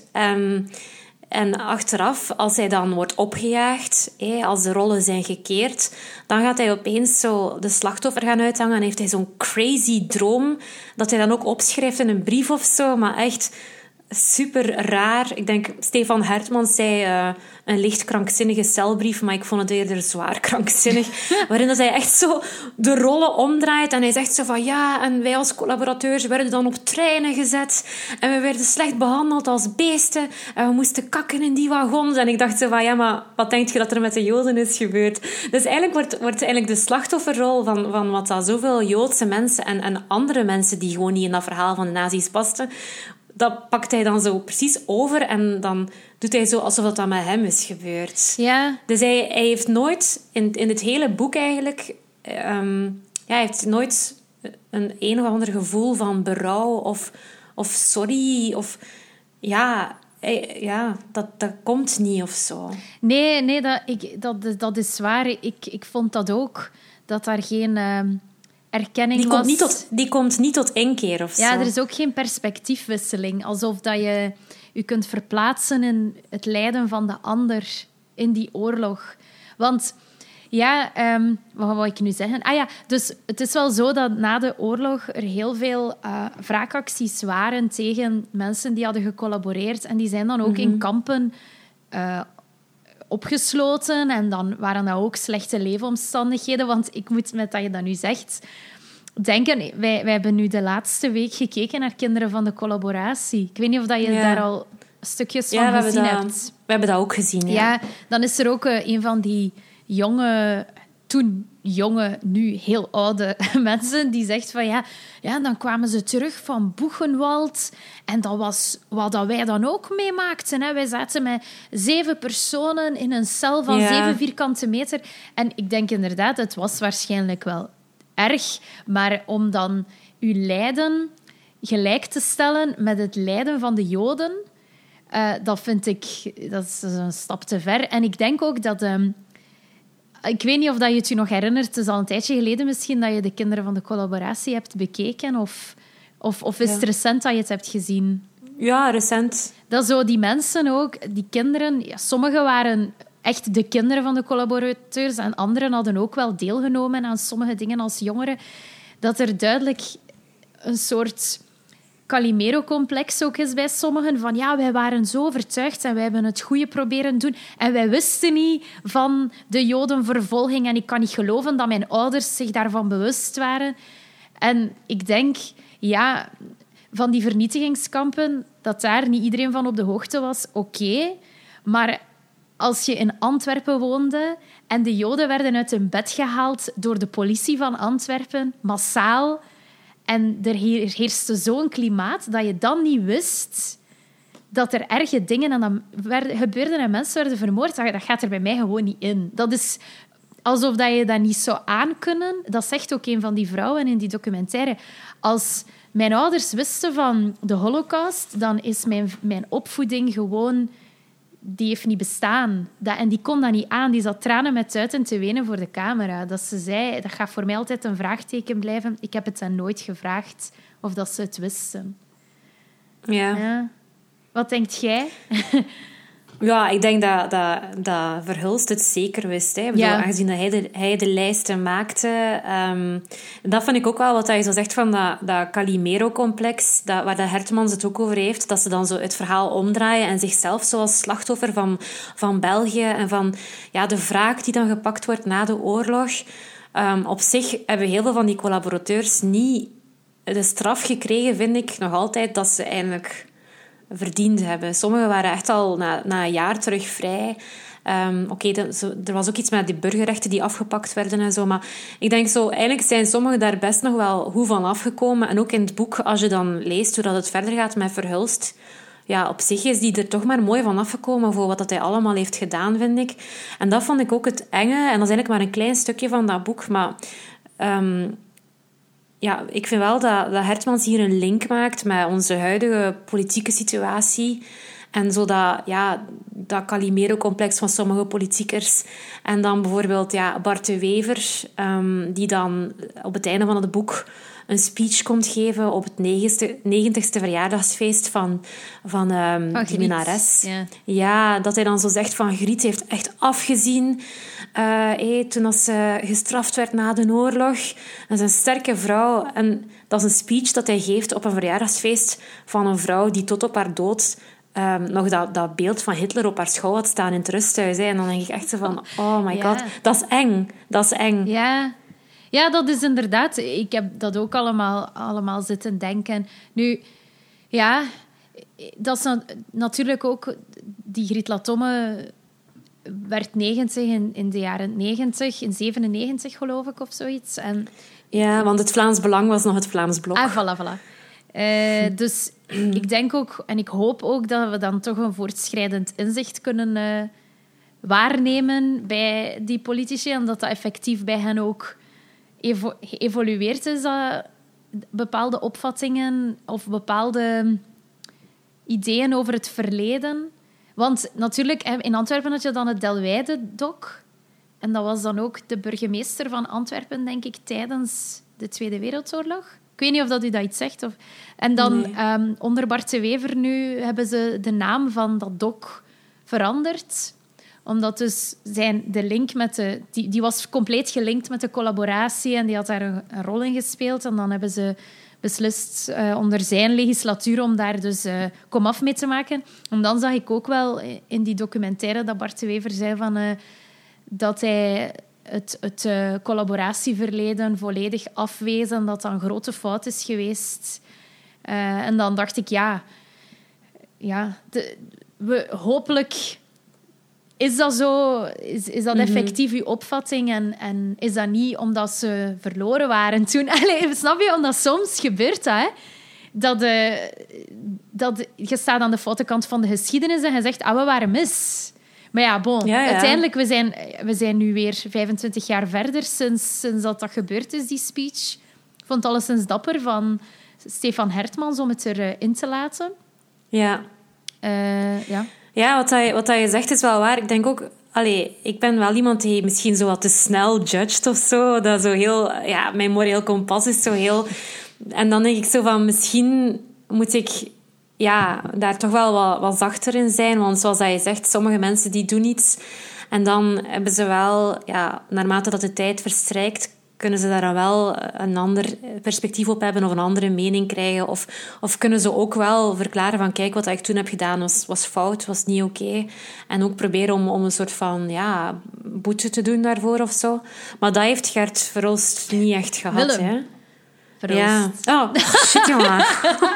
En achteraf, als hij dan wordt opgejaagd, als de rollen zijn gekeerd, dan gaat hij opeens zo de slachtoffer gaan uithangen en heeft hij zo'n crazy droom dat hij dan ook opschrijft in een brief of zo, maar echt super raar. Ik denk, Stefan Hertmans zei een licht krankzinnige celbrief, maar ik vond het eerder zwaar krankzinnig, waarin dat hij echt zo de rollen omdraait en hij zegt zo van ja, en wij als collaborateurs werden dan op treinen gezet en we werden slecht behandeld als beesten en we moesten kakken in die wagons en ik dacht zo van ja, maar wat denk je dat er met de Joden is gebeurd? Dus eigenlijk wordt eigenlijk de slachtofferrol van wat dat zoveel Joodse mensen en andere mensen die gewoon niet in dat verhaal van de nazi's pasten, dat pakt hij dan zo precies over en dan doet hij zo alsof dat met hem is gebeurd. Ja. Dus hij heeft nooit, in het hele boek eigenlijk, hij heeft nooit een of ander gevoel van berouw of sorry of dat komt niet of zo. Nee, dat is waar. Ik vond dat ook, dat daar geen... erkenning die komt niet tot inkeer of zo. Ja, er is ook geen perspectiefwisseling. Alsof dat je kunt verplaatsen in het lijden van de ander in die oorlog. Want, ja, wat wou ik nu zeggen? Dus het is wel zo dat na de oorlog er heel veel wraakacties waren tegen mensen die hadden gecollaboreerd. En die zijn dan ook in kampen opgesloten en dan waren dat ook slechte leefomstandigheden. Want ik moet, met dat je dat nu zegt, denken... Wij hebben nu de laatste week gekeken naar Kinderen van de Collaboratie. Ik weet niet of dat je daar al stukjes van gezien hebt. We hebben dat ook gezien, ja. Ja, dan is er ook een van die toen jonge, nu heel oude mensen die zegt van ja, dan kwamen ze terug van Buchenwald en dat was wat wij dan ook meemaakten. Hè. Wij zaten met 7 personen in een cel van 7 vierkante meter. En ik denk inderdaad, het was waarschijnlijk wel erg, maar om dan uw lijden gelijk te stellen met het lijden van de Joden, dat vind ik, dat is een stap te ver. En ik denk ook dat... ik weet niet of dat je het je nog herinnert. Het is al een tijdje geleden misschien dat je de Kinderen van de Collaboratie hebt bekeken. Of is het recent dat je het hebt gezien? Ja, recent. Dat zo die mensen ook, die kinderen... Ja, sommigen waren echt de kinderen van de collaborateurs en anderen hadden ook wel deelgenomen aan sommige dingen als jongeren. Dat er duidelijk een soort Calimero-complex ook is bij sommigen. Van ja, wij waren zo overtuigd en wij hebben het goede proberen doen. En wij wisten niet van de Jodenvervolging. En ik kan niet geloven dat mijn ouders zich daarvan bewust waren. En ik denk, ja, van die vernietigingskampen, dat daar niet iedereen van op de hoogte was, oké. Maar als je in Antwerpen woonde en de Joden werden uit hun bed gehaald door de politie van Antwerpen, massaal, en er heerste zo'n klimaat dat je dan niet wist dat er erge dingen en dan gebeurden en mensen werden vermoord, dat gaat er bij mij gewoon niet in. Dat is alsof dat je dat niet zou aankunnen. Dat zegt ook een van die vrouwen in die documentaire. Als mijn ouders wisten van de Holocaust, dan is mijn opvoeding gewoon... Die heeft niet bestaan. En die kon dat niet aan. Die zat tranen met tuiten te wenen voor de camera. Dat ze zei, dat gaat voor mij altijd een vraagteken blijven. Ik heb het hen nooit gevraagd of dat ze het wisten. Ja. Wat denkt jij? Ja, ik denk dat Verhulst het zeker wist. Hè. Bedoel, aangezien dat hij de lijsten maakte. Dat vind ik ook wel wat je zo zegt van dat Calimero-complex, waar de Hertemans het ook over heeft, dat ze dan zo het verhaal omdraaien en zichzelf zoals slachtoffer van België en van de wraak die dan gepakt wordt na de oorlog. Op zich hebben heel veel van die collaborateurs niet de straf gekregen, vind ik, nog altijd, dat ze eigenlijk... verdiend hebben. Sommigen waren echt al na een jaar terug vrij. Er was ook iets met die burgerrechten die afgepakt werden en zo. Maar ik denk zo, eigenlijk zijn sommigen daar best nog wel goed van afgekomen. En ook in het boek, als je dan leest hoe dat het verder gaat met Verhulst, op zich is die er toch maar mooi van afgekomen voor wat dat hij allemaal heeft gedaan, vind ik. En dat vond ik ook het enge. En dat is eigenlijk maar een klein stukje van dat boek. Maar... ik vind wel dat Hertemans hier een link maakt met onze huidige politieke situatie. En zo dat Calimero-complex van sommige politiekers. En dan bijvoorbeeld Bart de Wever, die dan op het einde van het boek een speech komt geven op het 90ste verjaardagsfeest van die minnares. Ja, dat hij dan zo zegt van Griet heeft echt afgezien toen als ze gestraft werd na de oorlog. Dat is een sterke vrouw. En dat is een speech dat hij geeft op een verjaardagsfeest van een vrouw die tot op haar dood nog dat beeld van Hitler op haar schouw had staan in het rusthuis. En dan denk ik echt zo van, oh my god, dat is eng. Dat is eng. Ja, dat is inderdaad... Ik heb dat ook allemaal zitten denken. Nu, dat is natuurlijk ook... Die Griet Latomme werd 90 in de jaren 90, in 97 geloof ik, of zoiets. En... Ja, want het Vlaams Belang was nog het Vlaams Blok. Voilà. Dus ik denk ook, en ik hoop ook, dat we dan toch een voortschrijdend inzicht kunnen waarnemen bij die politici, en dat effectief bij hen ook geëvolueerd is, dat bepaalde opvattingen of bepaalde ideeën over het verleden. Want natuurlijk, in Antwerpen had je dan het Delwijde-dok. En dat was dan ook de burgemeester van Antwerpen, denk ik, tijdens de Tweede Wereldoorlog. Ik weet niet of dat u dat iets zegt. En dan onder Bart de Wever nu hebben ze de naam van dat dok veranderd. Omdat dus de link met die was compleet gelinkt met de collaboratie en die had daar een rol in gespeeld. En dan hebben ze beslist onder zijn legislatuur om daar dus komaf mee te maken. En dan zag ik ook wel in die documentaire dat Bart de Wever zei van, dat hij het collaboratieverleden volledig afwees en dat dat een grote fout is geweest. En dan dacht ik, hopelijk... Is dat zo? Is dat effectief uw opvatting? En is dat niet omdat ze verloren waren toen? Snap je? Omdat soms gebeurt dat, hè? Dat je staat aan de foute kant van de geschiedenis en je zegt, we waren mis. Maar uiteindelijk, we zijn nu weer 25 jaar verder sinds dat gebeurd is, die speech. Ik vond het alleszins dapper van Stefan Hertemans om het erin te laten. Ja. Ja, wat je zegt is wel waar. Ik denk ook... ik ben wel iemand die misschien zo wat te snel judged of zo. Dat zo heel... mijn moreel kompas is zo heel... En dan denk ik zo van... Misschien moet ik daar toch wel wat zachter in zijn. Want zoals je zegt, sommige mensen die doen iets. En dan hebben ze wel... naarmate dat de tijd verstrijkt, kunnen ze daar dan wel een ander perspectief op hebben of een andere mening krijgen. Of kunnen ze ook wel verklaren van, kijk, wat ik toen heb gedaan was fout, was niet oké. En ook proberen om een soort van boete te doen daarvoor of zo. Maar dat heeft Gert Verhulst niet echt gehad. Willem hè? Verhulst. Ja. Oh, shit, jongen.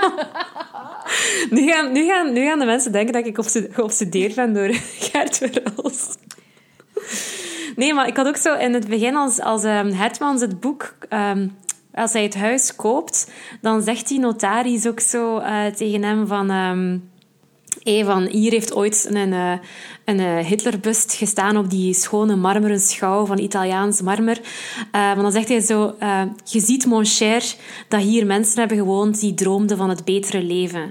Nu gaan de mensen denken dat ik geobsedeerd ben door Gert Verhulst. Nee, maar ik had ook zo in het begin, als Hertemans het boek... als hij het huis koopt, dan zegt die notaris ook zo tegen hem van... Van hier heeft ooit een Hitlerbust gestaan op die schone marmeren schouw van Italiaans marmer. Maar dan zegt hij zo... je ziet, mon cher, dat hier mensen hebben gewoond die droomden van het betere leven.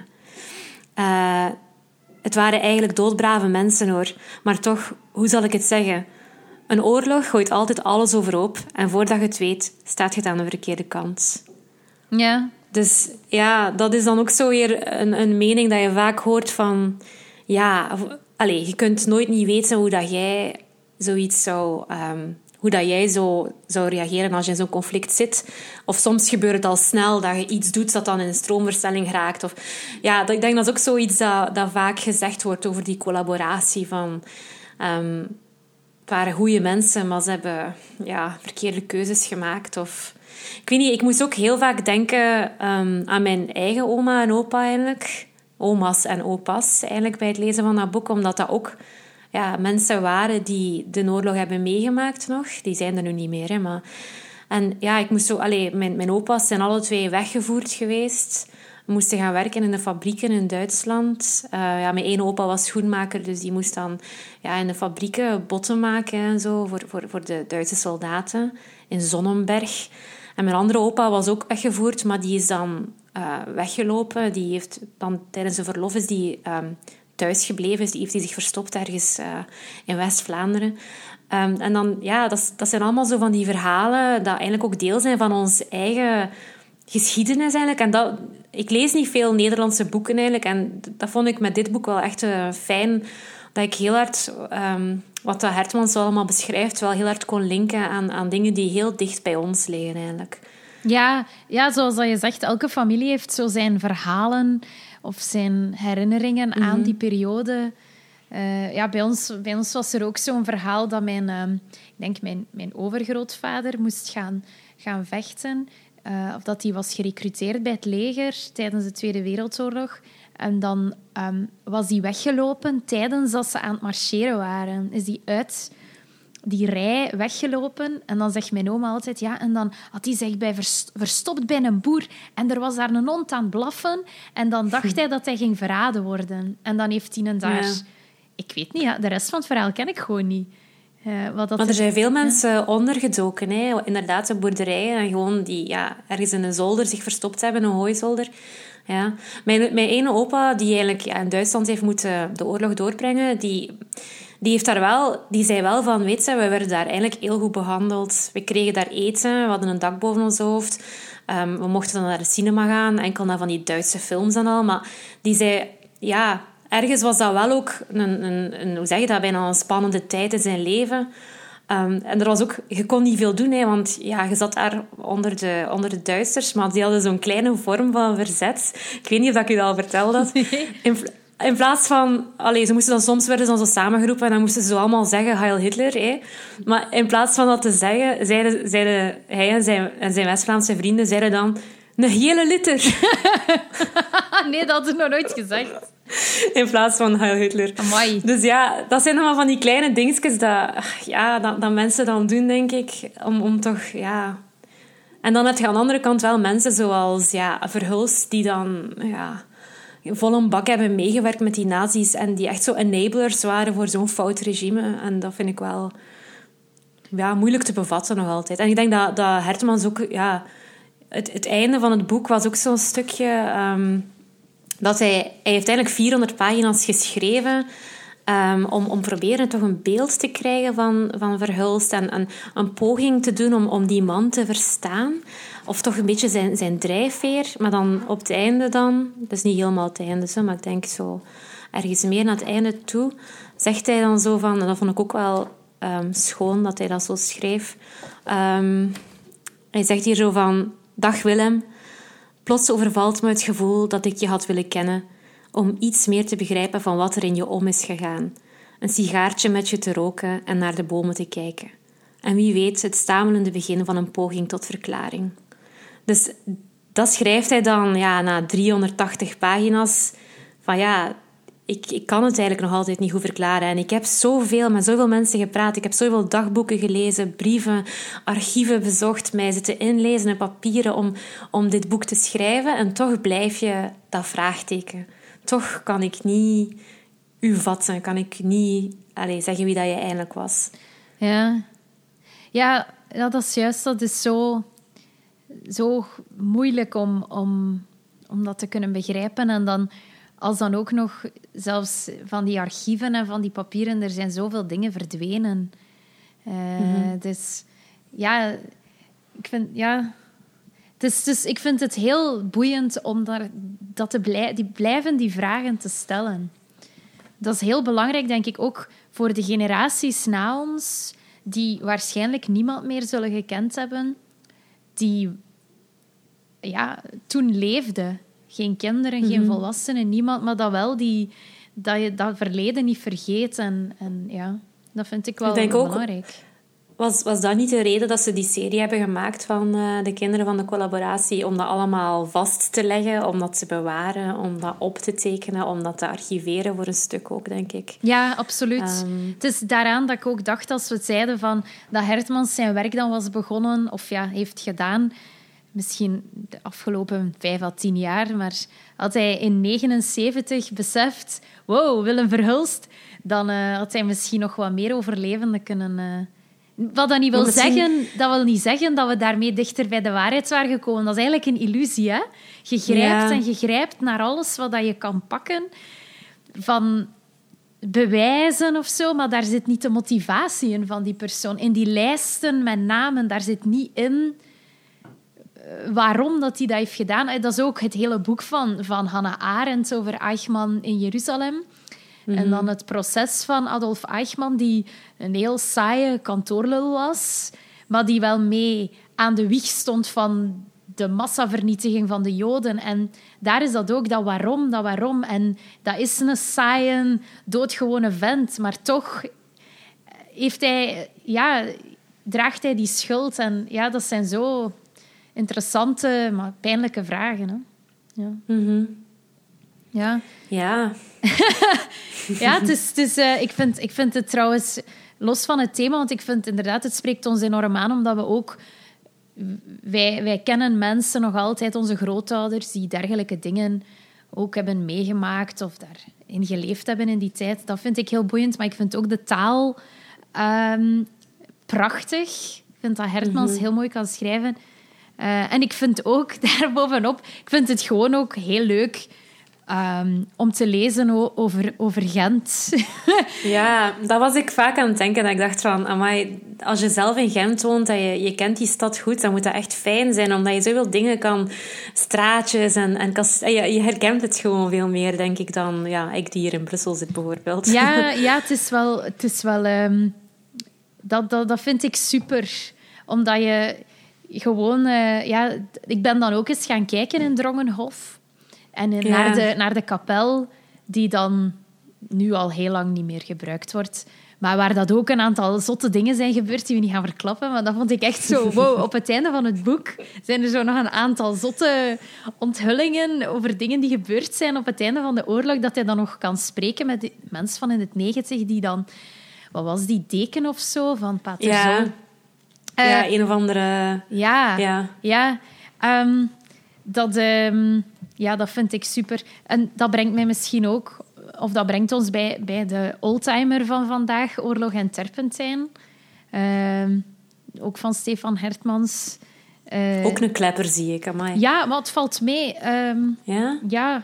Het waren eigenlijk doodbrave mensen, hoor. Maar toch, hoe zal ik het zeggen? Een oorlog gooit altijd alles overhoop. En voordat je het weet, staat je het aan de verkeerde kant. Ja. Dus ja, dat is dan ook zo weer een mening dat je vaak hoort van... Ja, je kunt nooit niet weten hoe dat jij zoiets zou... hoe dat jij zo zou reageren als je in zo'n conflict zit. Of soms gebeurt het al snel dat je iets doet dat dan in een stroomversnelling raakt. Of, ja, ik denk dat is ook zoiets dat vaak gezegd wordt over die collaboratie van... het waren goede mensen, maar ze hebben verkeerde keuzes gemaakt. Of... Ik weet niet, ik moest ook heel vaak denken aan mijn eigen oma en opa eigenlijk. Oma's en opa's eigenlijk bij het lezen van dat boek. Omdat dat ook mensen waren die de oorlog hebben meegemaakt nog. Die zijn er nu niet meer, hè, maar... En ja, ik moest zo... Mijn opa's zijn alle twee weggevoerd geweest. We moesten gaan werken in de fabrieken in Duitsland. Mijn ene opa was schoenmaker, dus die moest dan in de fabrieken botten maken en zo voor de Duitse soldaten in Sonnenberg. En mijn andere opa was ook weggevoerd, maar die is dan weggelopen. Die heeft dan tijdens zijn verlof is die thuis gebleven. Dus die heeft hij zich verstopt ergens in West-Vlaanderen. En dan, dat zijn allemaal zo van die verhalen dat eigenlijk ook deel zijn van ons eigen geschiedenis eigenlijk. En ik lees niet veel Nederlandse boeken eigenlijk. En dat vond ik met dit boek wel echt fijn. Dat ik heel hard, wat dat Hertmans zo allemaal beschrijft, wel heel hard kon linken aan dingen die heel dicht bij ons liggen eigenlijk. Ja, zoals dat je zegt, elke familie heeft zo zijn verhalen of zijn herinneringen aan die periode. Bij ons was er ook zo'n verhaal dat mijn overgrootvader moest gaan vechten. Of dat hij was gerecruiteerd bij het leger tijdens de Tweede Wereldoorlog. En dan was hij weggelopen tijdens dat ze aan het marcheren waren. Is hij uit die rij weggelopen. En dan zegt mijn oma altijd... Ja, en dan had hij zich verstopt bij een boer. En er was daar een hond aan het blaffen. En dan dacht hij dat hij ging verraden worden. En dan heeft hij een daar... Ja. Ik weet niet, de rest van het verhaal ken ik gewoon niet. Maar er zijn veel mensen ondergedoken. Hè? Inderdaad, de boerderijen. En gewoon die ergens in een zolder zich verstopt hebben. Een hooizolder. Ja. Mijn ene opa, die eigenlijk in Duitsland heeft moeten de oorlog doorbrengen... Die zei wel van, weet je, we werden daar eigenlijk heel goed behandeld. We kregen daar eten, we hadden een dak boven ons hoofd. We mochten dan naar de cinema gaan, enkel naar van die Duitse films en al. Maar die zei, ergens was dat wel ook hoe zeg je dat, bijna een spannende tijd in zijn leven. En er was ook, je kon niet veel doen, hè, want je zat daar onder de Duitsers, maar die hadden zo'n kleine vorm van verzet. Ik weet niet of ik je dat al verteld had. Nee. In plaats van... ze moesten dan soms werden dan zo samengeroepen en dan moesten ze zo allemaal zeggen Heil Hitler. Hè. Maar in plaats van dat te zeggen, zeiden hij en zijn West-Vlaamse vrienden zeiden dan een hele liter. Nee, dat had ik nog nooit gezegd. In plaats van Heil Hitler. Amai. Dus dat zijn allemaal van die kleine dingetjes dat mensen dan doen, denk ik. Om toch... En dan heb je aan de andere kant wel mensen zoals Verhulst, die dan... vol een bak hebben meegewerkt met die nazi's en die echt zo enablers waren voor zo'n fout regime. En dat vind ik wel moeilijk te bevatten nog altijd. En ik denk dat Hertmans ook... Het einde van het boek was ook zo'n stukje... dat hij heeft eigenlijk 400 pagina's geschreven... om proberen toch een beeld te krijgen van Verhulst en een poging te doen om die man te verstaan. Of toch een beetje zijn drijfveer. Maar dan op het einde dan... Dat is niet helemaal het einde, maar ik denk zo ergens meer naar het einde toe... Zegt hij dan zo van... En dat vond ik ook wel schoon dat hij dat zo schreef. Hij zegt hier zo van... Dag Willem, plots overvalt me het gevoel dat ik je had willen kennen... om iets meer te begrijpen van wat er in je om is gegaan. Een sigaartje met je te roken en naar de bomen te kijken. En wie weet het stamelende begin van een poging tot verklaring. Dus dat schrijft hij dan na 380 pagina's. Van ik kan het eigenlijk nog altijd niet goed verklaren. En ik heb met zoveel mensen gepraat. Ik heb zoveel dagboeken gelezen, brieven, archieven bezocht, mij zitten inlezen en papieren om dit boek te schrijven. En toch blijf je dat vraagteken. toch kan ik niet u vatten. Kan ik niet zeggen wie dat je eigenlijk was. Ja. Ja, dat is juist. Dat is zo moeilijk om dat te kunnen begrijpen. En dan, als dan ook nog zelfs van die archieven en van die papieren, er zijn zoveel dingen verdwenen. Dus ja, ik vind... Ja, dus ik vind het heel boeiend om die vragen te stellen. Dat is heel belangrijk, denk ik, ook voor de generaties na ons, die waarschijnlijk niemand meer zullen gekend hebben, die toen leefden. Geen kinderen, geen volwassenen, niemand, maar dat wel dat je dat verleden niet vergeet. En ja, dat vind ik wel belangrijk. Was dat niet de reden dat ze die serie hebben gemaakt van de kinderen van de collaboratie? Om dat allemaal vast te leggen, om dat te bewaren, om dat op te tekenen, om dat te archiveren voor een stuk ook, denk ik. Ja, absoluut. Het is daaraan dat ik ook dacht, als we zeiden van dat Hertmans zijn werk dan was begonnen, of heeft gedaan, misschien de afgelopen 5 à 10 jaar, maar had hij in 1979 beseft, wow, Willem Verhulst, dan had hij misschien nog wat meer overlevenden kunnen... Wat dat niet wil zeggen, dat wil niet zeggen dat we daarmee dichter bij de waarheid waren gekomen. Dat is eigenlijk een illusie, hè? Je grijpt en je grijpt naar alles wat je kan pakken van bewijzen of zo, maar daar zit niet de motivatie in van die persoon. In die lijsten met namen, daar zit niet in waarom dat hij dat heeft gedaan. Dat is ook het hele boek van Hannah Arendt over Eichmann in Jeruzalem. En dan het proces van Adolf Eichmann, die een heel saaie kantoorlul was, maar die wel mee aan de wieg stond van de massavernietiging van de Joden. En daar is dat ook, dat waarom. En dat is een saaie, doodgewone vent, maar toch draagt hij die schuld. En ja, dat zijn zo interessante, maar pijnlijke vragen. Hè? Ja. Ja. Ja. Ja, ik vind het trouwens, los van het thema, want ik vind inderdaad, het spreekt ons enorm aan, omdat we ook... Wij kennen mensen nog altijd, onze grootouders, die dergelijke dingen ook hebben meegemaakt of daarin geleefd hebben in die tijd. Dat vind ik heel boeiend, maar ik vind ook de taal prachtig. Ik vind dat Hertmans heel mooi kan schrijven. En ik vind ook, daarbovenop, ik vind het gewoon ook heel leuk... om te lezen over Gent. Ja, dat was ik vaak aan het denken. Dat ik dacht van, amai, als je zelf in Gent woont en je kent die stad goed, dan moet dat echt fijn zijn, omdat je zoveel dingen kan... Straatjes en je herkent het gewoon veel meer, denk ik, dan ik die hier in Brussel zit, bijvoorbeeld. Ja, het is wel dat vind ik super. Omdat je gewoon... ik ben dan ook eens gaan kijken in Drongenhof. En naar de kapel, die dan nu al heel lang niet meer gebruikt wordt. Maar waar dat ook een aantal zotte dingen zijn gebeurd die we niet gaan verklappen. Maar dat vond ik echt zo... Wow, op het einde van het boek zijn er zo nog een aantal zotte onthullingen over dingen die gebeurd zijn op het einde van de oorlog. Dat hij dan nog kan spreken met mensen van in het 90 die dan... Wat was die, deken of zo van Pater Zoon? Ja, een of andere... Ja. Dat vind ik super. En dat brengt mij misschien ook... Of dat brengt ons bij de oldtimer van vandaag, Oorlog en Terpentijn. Ook van Stefan Hertmans. Ook een klepper, zie ik. Amai. Ja, maar het valt mee. Ja? Ja,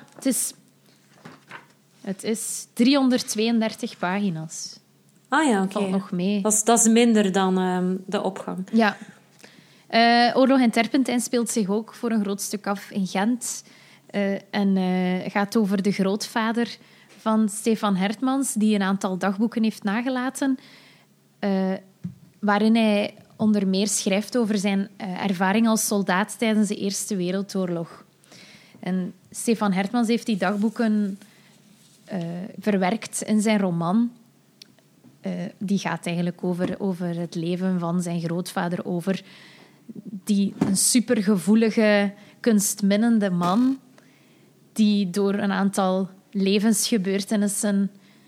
het is 332 pagina's. Ah ja, oké. Valt nog mee. Dat is minder dan de opgang. Ja. Oorlog en Terpentijn speelt zich ook voor een groot stuk af in Gent. En gaat over de grootvader van Stefan Hertmans, die een aantal dagboeken heeft nagelaten, waarin hij onder meer schrijft over zijn ervaring als soldaat tijdens de Eerste Wereldoorlog. En Stefan Hertmans heeft die dagboeken verwerkt in zijn roman. Die gaat eigenlijk over het leven van zijn grootvader, over een supergevoelige, kunstminnende man die door een aantal levensgebeurtenissen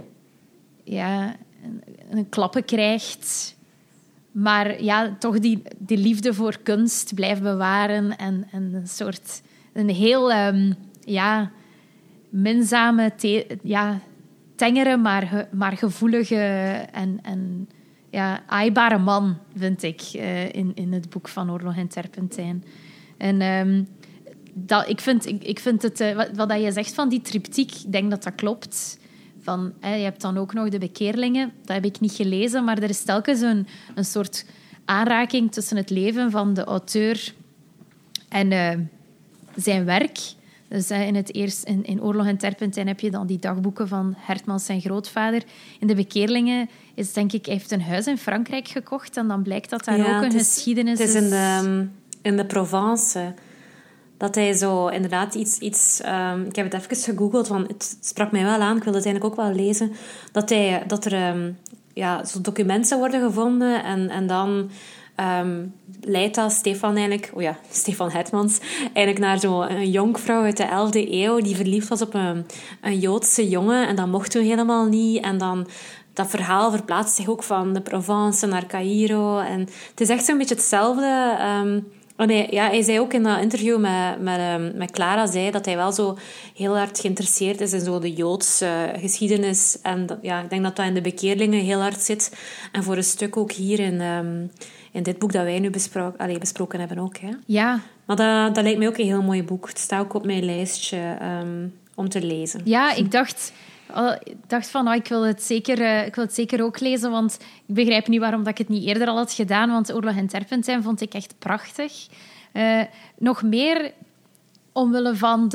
een klappen krijgt, maar toch die liefde voor kunst blijft bewaren en een heel minzame, tengere, maar gevoelige en aaibare man, vind ik, in het boek van Oorlog en Terpentijn. En ik vind het... wat je zegt van die triptiek, ik denk dat dat klopt. Je hebt dan ook nog de bekeerlingen. Dat heb ik niet gelezen, maar er is telkens een soort aanraking tussen het leven van de auteur en zijn werk. Dus in Oorlog en Terpentijn heb je dan die dagboeken van Hertmans zijn grootvader. In de bekeerlingen is, denk ik, hij heeft een huis in Frankrijk gekocht en dan blijkt dat daar ook een geschiedenis is. Het is in de Provence. Dat hij zo inderdaad iets ik heb het even gegoogeld, want het sprak mij wel aan. Ik wil het eigenlijk ook wel lezen. Dat er zo documenten worden gevonden en dan leidt dat Stefan Hertmans eigenlijk naar zo'n jonkvrouw uit de 11e eeuw die verliefd was op een Joodse jongen en dat mocht toen helemaal niet. En dan dat verhaal verplaatst zich ook van de Provence naar Caïro. En het is echt zo'n beetje hetzelfde. Hij zei ook in dat interview met Clara, dat hij wel zo heel hard geïnteresseerd is in zo de Joodse geschiedenis. En ik denk dat in de bekeerlingen heel hard zit. En voor een stuk ook hier in dit boek dat wij nu besproken hebben ook. Hè. Ja. Maar dat lijkt mij ook een heel mooi boek. Het staat ook op mijn lijstje om te lezen. Ja, ik dacht van, ik wil het zeker ook lezen, want ik begrijp niet waarom dat ik het niet eerder al had gedaan, want Oorlog en Terpentijn vond ik echt prachtig. Nog meer omwille van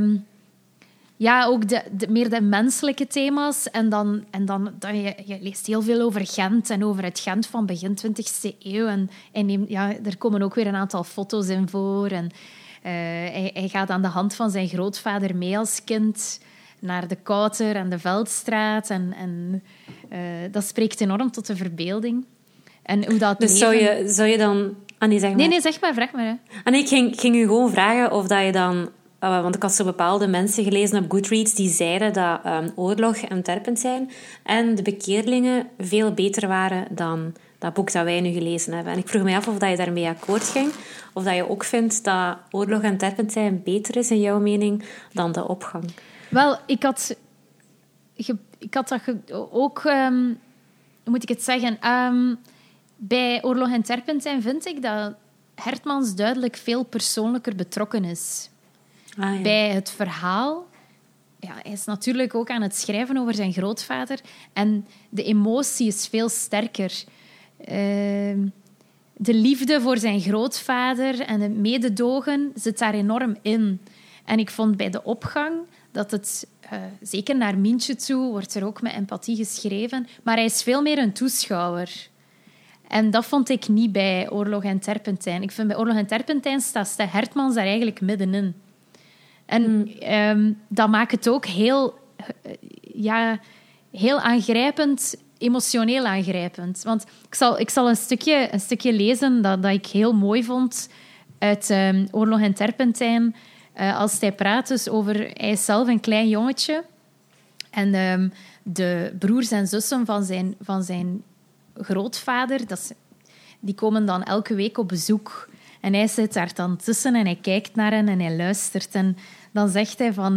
ook meer de menselijke thema's. En dan je leest heel veel over Gent en over het Gent van begin 20e eeuw. En er komen ook weer een aantal foto's in voor. En hij gaat aan de hand van zijn grootvader mee als kind naar de Kouter en de Veldstraat. En dat spreekt enorm tot de verbeelding. En hoe dat dus leven... zou je dan... nee, zeg maar. Nee, zeg maar, vraag maar. Hè. Ik ging u gewoon vragen of dat je dan... want ik had zo bepaalde mensen gelezen op Goodreads die zeiden dat Oorlog en Terpentijn en de bekeerlingen veel beter waren dan dat boek dat wij nu gelezen hebben. En ik vroeg me af of dat je daarmee akkoord ging. Of dat je ook vindt dat Oorlog en Terpentijn beter is, in jouw mening, dan de opgang. Wel, ik had dat ook... hoe moet ik het zeggen? Bij Oorlog en Terpentijn vind ik dat Hertmans duidelijk veel persoonlijker betrokken is. Ah, ja. Bij het verhaal... Ja, hij is natuurlijk ook aan het schrijven over zijn grootvader. En de emotie is veel sterker. De liefde voor zijn grootvader en het mededogen zit daar enorm in. En ik vond bij de opgang dat het... zeker naar Mientje toe wordt er ook met empathie geschreven. Maar hij is veel meer een toeschouwer. En dat vond ik niet bij Oorlog en Terpentijn. Ik vind bij Oorlog en Terpentijn staat Hertmans daar eigenlijk middenin. En dat maakt het ook heel aangrijpend, emotioneel aangrijpend. Want ik zal een stukje lezen dat ik heel mooi vond uit Oorlog en Terpentijn. Als hij praat dus over... Hij is zelf een klein jongetje. En de broers en zussen van zijn grootvader, die komen dan elke week op bezoek. En hij zit daar dan tussen en hij kijkt naar hen en hij luistert. En dan zegt hij van...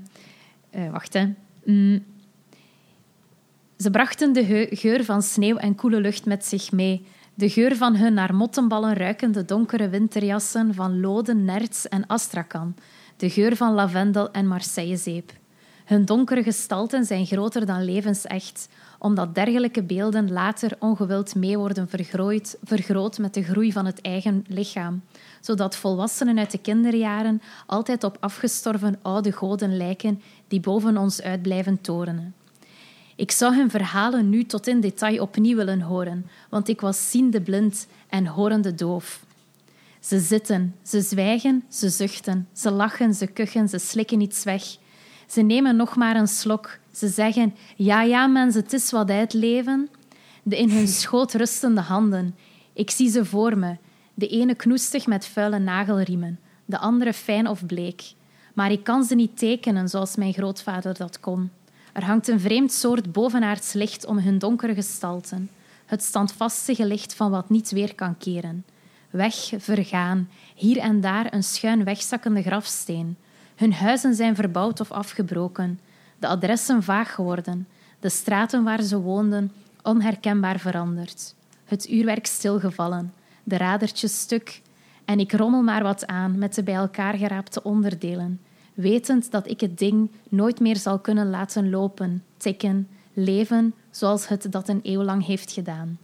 Ze brachten de geur van sneeuw en koele lucht met zich mee. De geur van hun naar mottenballen ruikende donkere winterjassen van loden, nerts en astrakan. De geur van lavendel en Marseillezeep. Hun donkere gestalten zijn groter dan levensecht, omdat dergelijke beelden later ongewild mee worden vergroot met de groei van het eigen lichaam, zodat volwassenen uit de kinderjaren altijd op afgestorven oude goden lijken die boven ons uit blijven torenen. Ik zou hun verhalen nu tot in detail opnieuw willen horen, want ik was ziende blind en horende doof. Ze zitten, ze zwijgen, ze zuchten, ze lachen, ze kuchen, ze slikken iets weg. Ze nemen nog maar een slok. Ze zeggen, ja, mensen, het is wat uit leven. De in hun schoot rustende handen. Ik zie ze voor me. De ene knoestig met vuile nagelriemen, de andere fijn of bleek. Maar ik kan ze niet tekenen zoals mijn grootvader dat kon. Er hangt een vreemd soort bovenaards licht om hun donkere gestalten. Het standvastige licht van wat niet weer kan keren. Weg, vergaan, hier en daar een schuin wegzakkende grafsteen. Hun huizen zijn verbouwd of afgebroken, de adressen vaag geworden, de straten waar ze woonden onherkenbaar veranderd, het uurwerk stilgevallen, de radertjes stuk en ik rommel maar wat aan met de bij elkaar geraapte onderdelen, wetend dat ik het ding nooit meer zal kunnen laten lopen, tikken, leven zoals het dat een eeuw lang heeft gedaan.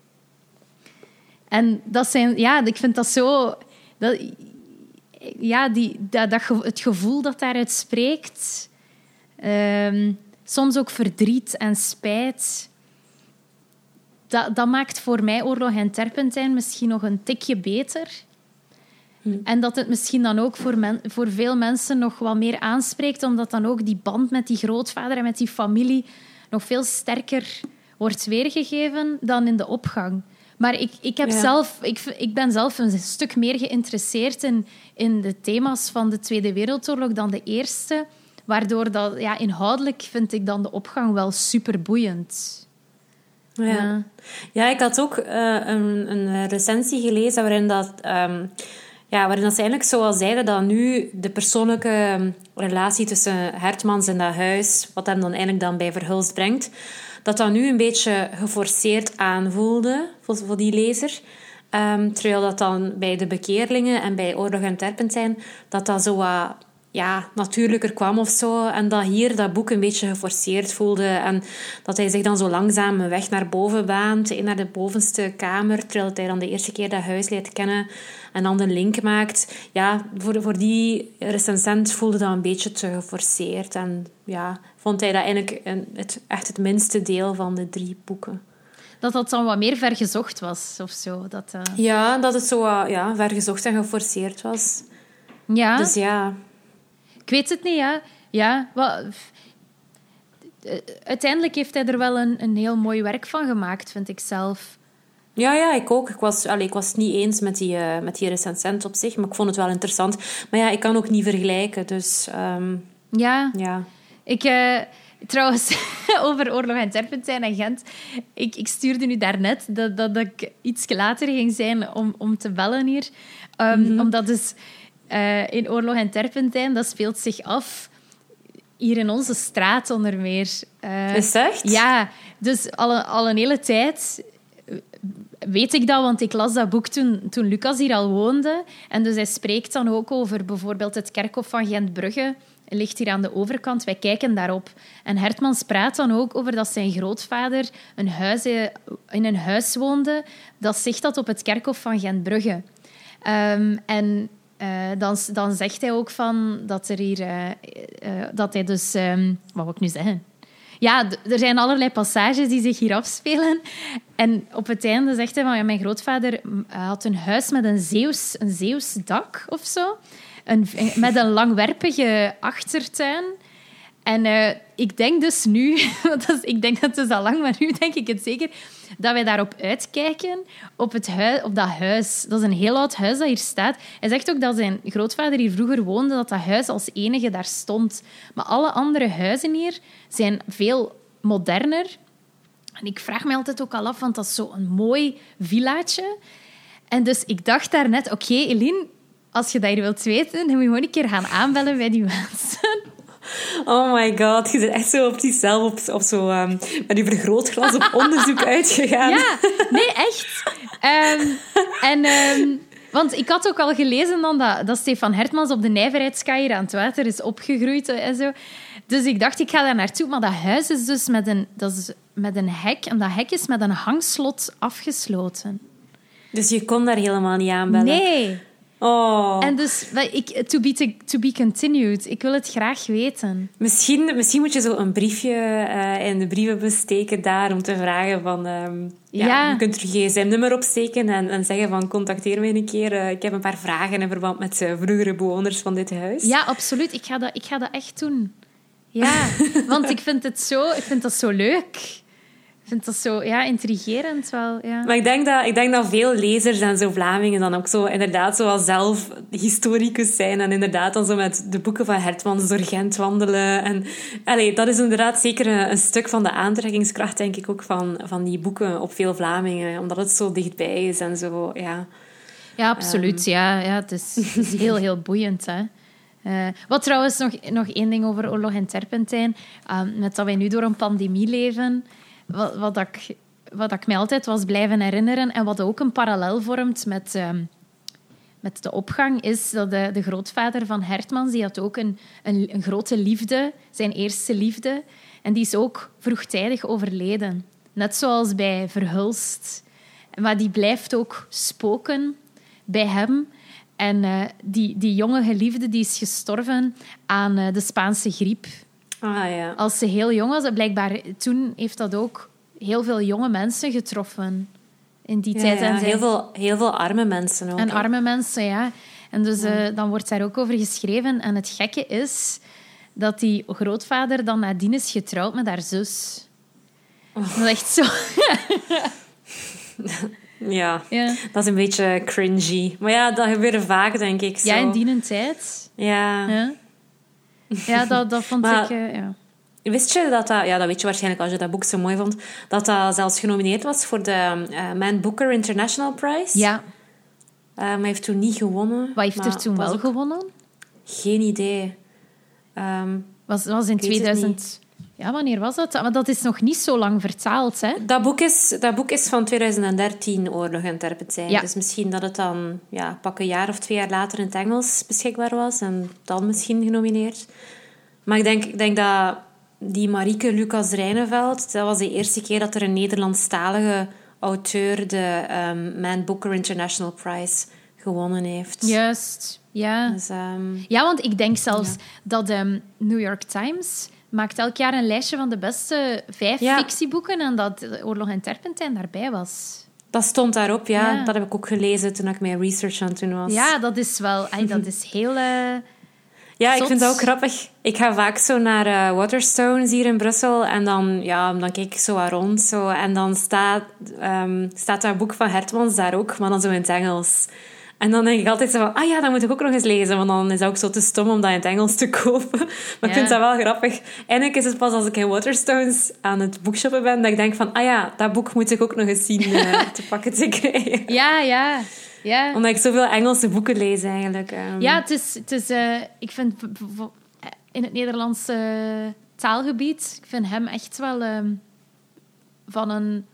En dat zijn... Ja, ik vind dat zo... Het gevoel dat daaruit spreekt... soms ook verdriet en spijt... Dat maakt voor mij Oorlog en Terpentijn misschien nog een tikje beter. En dat het misschien dan ook voor veel mensen nog wat meer aanspreekt, omdat dan ook die band met die grootvader en met die familie nog veel sterker wordt weergegeven dan in de opgang. Maar ik ben zelf een stuk meer geïnteresseerd in de thema's van de Tweede Wereldoorlog dan de Eerste, waardoor dat, ja, inhoudelijk vind ik dan de opgang wel superboeiend. Ja, ik had ook een recensie gelezen waarin ze eigenlijk zo al zeiden dat nu de persoonlijke relatie tussen Hertmans en dat huis, wat hem dan eigenlijk dan bij Verhulst brengt, dat nu een beetje geforceerd aanvoelde voor die lezer. Terwijl dat dan bij de Bekeerlingen en bij Oorlog en Terpentijn, dat zo wat natuurlijker kwam of zo. En dat hier dat boek een beetje geforceerd voelde. En dat hij zich dan zo langzaam een weg naar boven baant, naar de bovenste kamer, terwijl hij dan de eerste keer dat huis leert kennen en dan de link maakt. Ja, voor die recensent voelde dat een beetje te geforceerd. En ja, vond hij dat eigenlijk echt het minste deel van de 3 boeken. Dat dan wat meer vergezocht was, of zo. Ja, dat het zo vergezocht en geforceerd was. Ja. Dus ja... Ik weet het niet, ja. Uiteindelijk heeft hij er wel een heel mooi werk van gemaakt, vind ik zelf. Ja, ik ook. Ik was het niet eens met die recensent op zich, maar ik vond het wel interessant. Maar ja, ik kan ook niet vergelijken, dus... Ja. Trouwens, over Oorlog en Terpentijn en Gent. Ik stuurde nu daarnet dat ik iets later ging zijn om te bellen hier. Omdat dus... in Oorlog en Terpentijn, dat speelt zich af hier in onze straat onder meer. Is het echt? Ja, dus al een hele tijd weet ik dat, want ik las dat boek toen Lucas hier al woonde. En dus hij spreekt dan ook over bijvoorbeeld het kerkhof van Gentbrugge. Ligt hier aan de overkant, wij kijken daarop. En Hertmans praat dan ook over dat zijn grootvader in een huis woonde dat zicht had op het kerkhof van Gentbrugge. Dan zegt hij ook van dat er hier... dat hij dus... wat wil ik nu zeggen? Ja, er zijn allerlei passages die zich hier afspelen. En op het einde zegt hij van... Ja, mijn grootvader had een huis met een Zeeuws dak of zo. Met een langwerpige achtertuin. En ik denk dus nu... ik denk dat het is al lang, maar nu denk ik het zeker... dat wij daarop uitkijken, op dat huis. Dat is een heel oud huis dat hier staat. Hij zegt ook dat zijn grootvader hier vroeger woonde, dat huis als enige daar stond. Maar alle andere huizen hier zijn veel moderner. En ik vraag me altijd ook al af, want dat is zo'n mooi villaatje. En dus ik dacht daarnet, oké, Eline, als je dat hier wilt weten, dan moet je gewoon een keer gaan aanbellen bij die mensen. Oh my god, je zit echt zo op jezelf op zo, met je vergrootglas op onderzoek uitgegaan. Ja, nee, echt. Want ik had ook al gelezen dan dat Stefan Hertmans op de Nijverheidskaai hier aan het water is opgegroeid en zo. Dus ik dacht, ik ga daar naartoe. Maar dat huis is dus met een hek. En dat hek is met een hangslot afgesloten. Dus je kon daar helemaal niet aanbellen? Nee. Oh. En dus, to be continued. Ik wil het graag weten. Misschien moet je zo een briefje in de brievenbus steken daar om te vragen van... Je kunt er je gsm-nummer opsteken en zeggen van contacteer me een keer. Ik heb een paar vragen in verband met vroegere bewoners van dit huis. Ja, absoluut. Ik ga dat echt doen. Ja, want ik vind dat zo leuk. Ik vind dat zo intrigerend wel. Ja. Maar ik denk dat veel lezers en zo Vlamingen dan ook zo inderdaad zoals zelf historicus zijn en inderdaad dan zo met de boeken van Hertmans door Gent wandelen. En dat is inderdaad zeker een stuk van de aantrekkingskracht, denk ik, ook van die boeken op veel Vlamingen. Omdat het zo dichtbij is en zo, ja. Ja, absoluut. Het is heel, heel boeiend, hè. Wat trouwens, nog één ding over Oorlog in Terpentijn. Met dat wij nu door een pandemie leven, wat ik mij altijd was blijven herinneren en wat ook een parallel vormt met de opgang, is dat de grootvader van Hertmans, die had ook een grote liefde, zijn eerste liefde, en die is ook vroegtijdig overleden. Net zoals bij Verhulst. Maar die blijft ook spoken bij hem. En die jonge geliefde die is gestorven aan de Spaanse griep. Ja. Als ze heel jong was. Blijkbaar toen heeft dat ook heel veel jonge mensen getroffen in die tijd. Ja. Heel veel arme mensen ook. En arme mensen, ja. En dus dan wordt daar ook over geschreven. En het gekke is dat die grootvader dan nadien is getrouwd met haar zus. Dat is echt zo... Ja, dat is een beetje cringy. Maar ja, dat gebeurde vaak, denk ik. Zo. Ja, in die tijd. Ja, dat vond ik... Ja. Wist je dat... Ja, dat weet je waarschijnlijk als je dat boek zo mooi vond. Dat zelfs genomineerd was voor de Man Booker International Prize. Ja. Maar hij heeft toen niet gewonnen. Wat heeft er toen wel gewonnen? Geen idee. Was in 2000... Ja, wanneer was dat? Maar dat is nog niet zo lang vertaald, hè? Dat boek is van 2013, Oorlog in Terpentijn. Ja. Dus misschien dat het dan pak een jaar of 2 jaar later in het Engels beschikbaar was. En dan misschien genomineerd. Maar ik denk dat die Marieke Lucas Rijneveld... Dat was de eerste keer dat er een Nederlandstalige auteur de Man Booker International Prize gewonnen heeft. Juist, ja. Dus, ja, want ik denk zelfs dat de New York Times... maakt elk jaar een lijstje van de beste 5 fictieboeken en dat Oorlog in Terpentijn daarbij was. Dat stond daarop, ja. Dat heb ik ook gelezen toen ik mijn research aan het doen was. Ja, dat is wel... dat is heel... ja, zot. Ik vind dat ook grappig. Ik ga vaak zo naar Waterstones hier in Brussel en dan kijk ik zo wat rond. Zo, en dan staat dat boek van Hertmans daar ook, maar dan zo in het Engels. En dan denk ik altijd zo van, dat moet ik ook nog eens lezen. Want dan is dat ook zo te stom om dat in het Engels te kopen. Maar ik vind dat wel grappig. Eigenlijk is het pas als ik in Waterstones aan het boekshoppen ben, dat ik denk van, dat boek moet ik ook nog eens zien te pakken te krijgen. Ja. Omdat ik zoveel Engelse boeken lees, eigenlijk. Ja, het is ik vind in het Nederlandse taalgebied, ik vind hem echt wel van een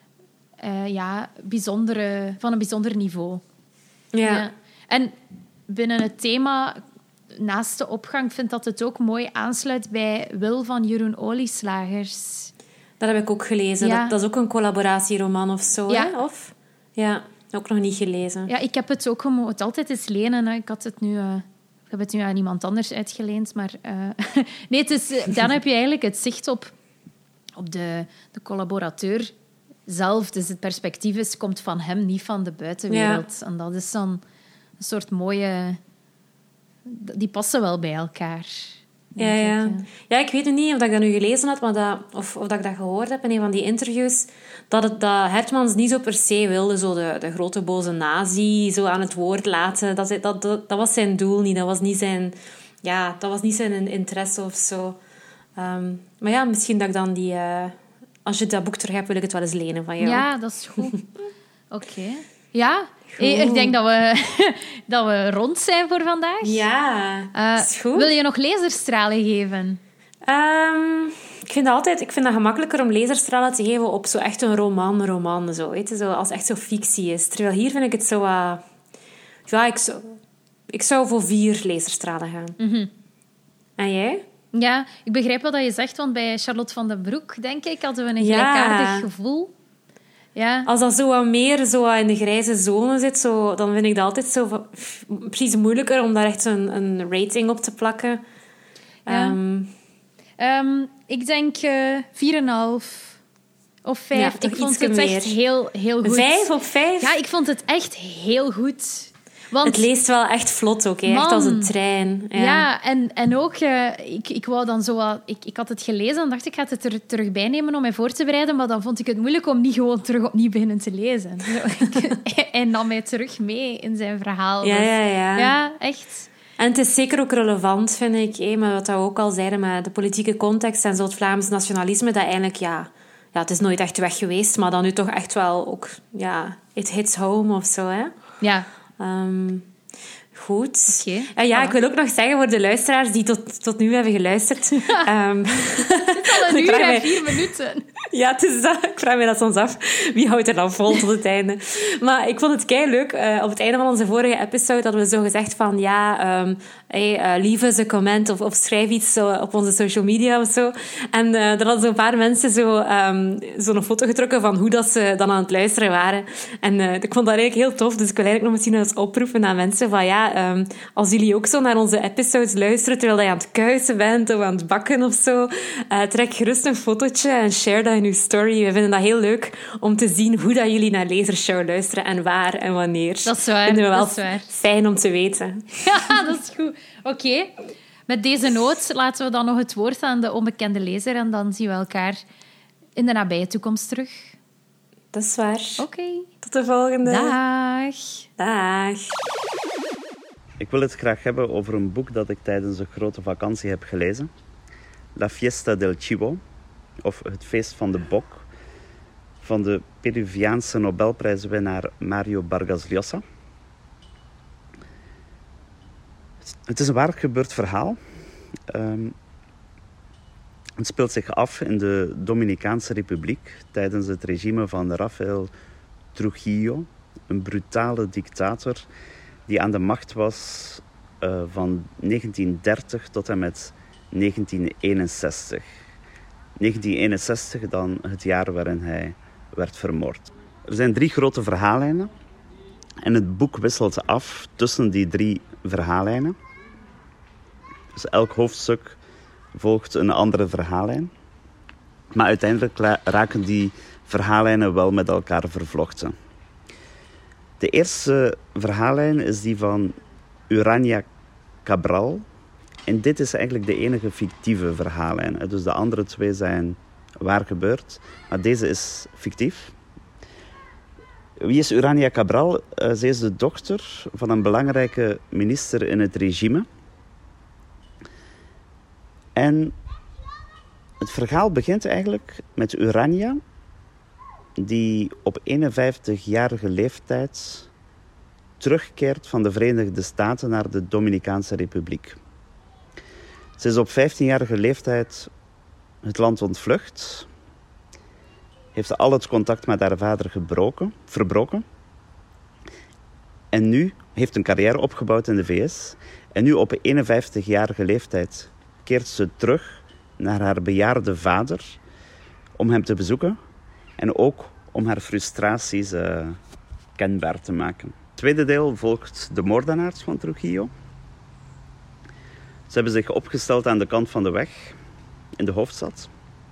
bijzonder niveau. Ja. En binnen het thema, naast de opgang, vind dat het ook mooi aansluit bij Wil van Jeroen Olieslagers. Dat heb ik ook gelezen. Ja. Dat is ook een collaboratieroman of zo, hè? Of? Ja, ook nog niet gelezen. Ja, ik heb het ook het altijd eens lenen. Hè. Ik heb het nu aan iemand anders uitgeleend, maar... nee, dan heb je eigenlijk het zicht op de collaborateur zelf. Dus het perspectief komt van hem, niet van de buitenwereld. Ja. En dat is dan een soort mooie... Die passen wel bij elkaar. Ja, ik weet niet of ik dat nu gelezen had, of dat ik dat gehoord heb in een van die interviews, dat Hertmans niet zo per se wilde, zo de grote boze nazi zo aan het woord laten. Dat was zijn doel niet. Dat was niet zijn interesse of zo. Maar ja, misschien dat ik dan die... Als je dat boek terug hebt, wil ik het wel eens lenen van jou. Ja, dat is goed. Oké. Ja, ik denk dat we rond zijn voor vandaag. Ja, is goed. Wil je nog lezerstralen geven? Ik vind dat gemakkelijker om lezerstralen te geven op zo echt een roman zo, weet je, zo, als het echt zo fictie is. Terwijl hier vind ik het zo... ik zou voor 4 lezerstralen gaan. Mm-hmm. En jij? Ja, ik begrijp wat je zegt, want bij Charlotte van den Broek, denk ik, hadden we een gelijkaardig gevoel. Ja. Als dat zo wat meer zo in de grijze zone zit, zo, dan vind ik dat altijd zo precies moeilijker om daar echt een rating op te plakken. Ja. Ik denk 4,5 of 5. Ja, ik vond het echt heel, heel goed. 5 op 5? Ja, ik vond het echt heel goed. Want, het leest wel echt vlot ook, echt als een trein. Ja, en ook, ik wou dan zo wat... Ik had het gelezen en dacht ik ga het er terug bij nemen om mij voor te bereiden, maar dan vond ik het moeilijk om niet gewoon terug opnieuw beginnen te lezen. Hij nam mij terug mee in zijn verhaal. Ja, echt. En het is zeker ook relevant, vind ik, maar wat we ook al zeiden met de politieke context en zo het Vlaams nationalisme, dat eigenlijk, het is nooit echt weg geweest, maar dan nu toch echt wel ook, it hits home of zo, hè. Ja. Goed. Oké, Ja, voilà. ik wil ook nog zeggen voor de luisteraars die tot nu hebben geluisterd. Het is al een Ik uur vraag en mij- 4 minuten. Ja, het is dat. Ik vraag me dat soms af. Wie houdt er dan vol tot het einde? Maar ik vond het keileuk. Op het einde van onze vorige episode hadden we zo gezegd van... leave us a comment of schrijf iets zo op onze social media of zo. En er hadden zo'n paar mensen zo'n foto getrokken van hoe dat ze dan aan het luisteren waren. En ik vond dat eigenlijk heel tof. Dus ik wil eigenlijk nog misschien eens oproepen aan mensen van... als jullie ook zo naar onze episodes luisteren terwijl je aan het kuisen bent of aan het bakken of zo, trek gerust een fotootje en share dat in uw story. We vinden dat heel leuk om te zien hoe dat jullie naar Lasershow luisteren en waar en wanneer. Dat is waar, Vinden we wel dat is waar. fijn om te weten. Ja, dat is goed. Oké. Met deze noot laten we dan nog het woord aan de onbekende lezer en dan zien we elkaar in de nabije toekomst terug. Dat is waar. Oké. Tot de volgende. Dag. Dag. Ik wil het graag hebben over een boek dat ik tijdens een grote vakantie heb gelezen. La Fiesta del Chivo, of Het Feest van de Bok, van de Peruviaanse Nobelprijswinnaar Mario Vargas Llosa. Het is een waar gebeurd verhaal. Het speelt zich af in de Dominicaanse Republiek tijdens het regime van Rafael Trujillo, een brutale dictator die aan de macht was van 1930 tot en met 1961. 1961 dan het jaar waarin hij werd vermoord. Er zijn 3 grote verhaallijnen en het boek wisselt af tussen die 3 verhaallijnen. Dus elk hoofdstuk volgt een andere verhaallijn. Maar uiteindelijk raken die verhaallijnen wel met elkaar vervlochten. De eerste verhaallijn is die van Urania Cabral. En dit is eigenlijk de enige fictieve verhaallijn. Dus de andere 2 zijn waar gebeurd. Maar deze is fictief. Wie is Urania Cabral? Zij is de dochter van een belangrijke minister in het regime. En het verhaal begint eigenlijk met Urania, die op 51-jarige leeftijd terugkeert van de Verenigde Staten naar de Dominicaanse Republiek. Ze is op 15-jarige leeftijd het land ontvlucht, heeft al het contact met haar vader verbroken en nu heeft een carrière opgebouwd in de VS. En nu op 51-jarige leeftijd keert ze terug naar haar bejaarde vader om hem te bezoeken en ook om haar frustraties kenbaar te maken. Het tweede deel volgt de moordenaars van Trujillo. Ze hebben zich opgesteld aan de kant van de weg in de hoofdstad.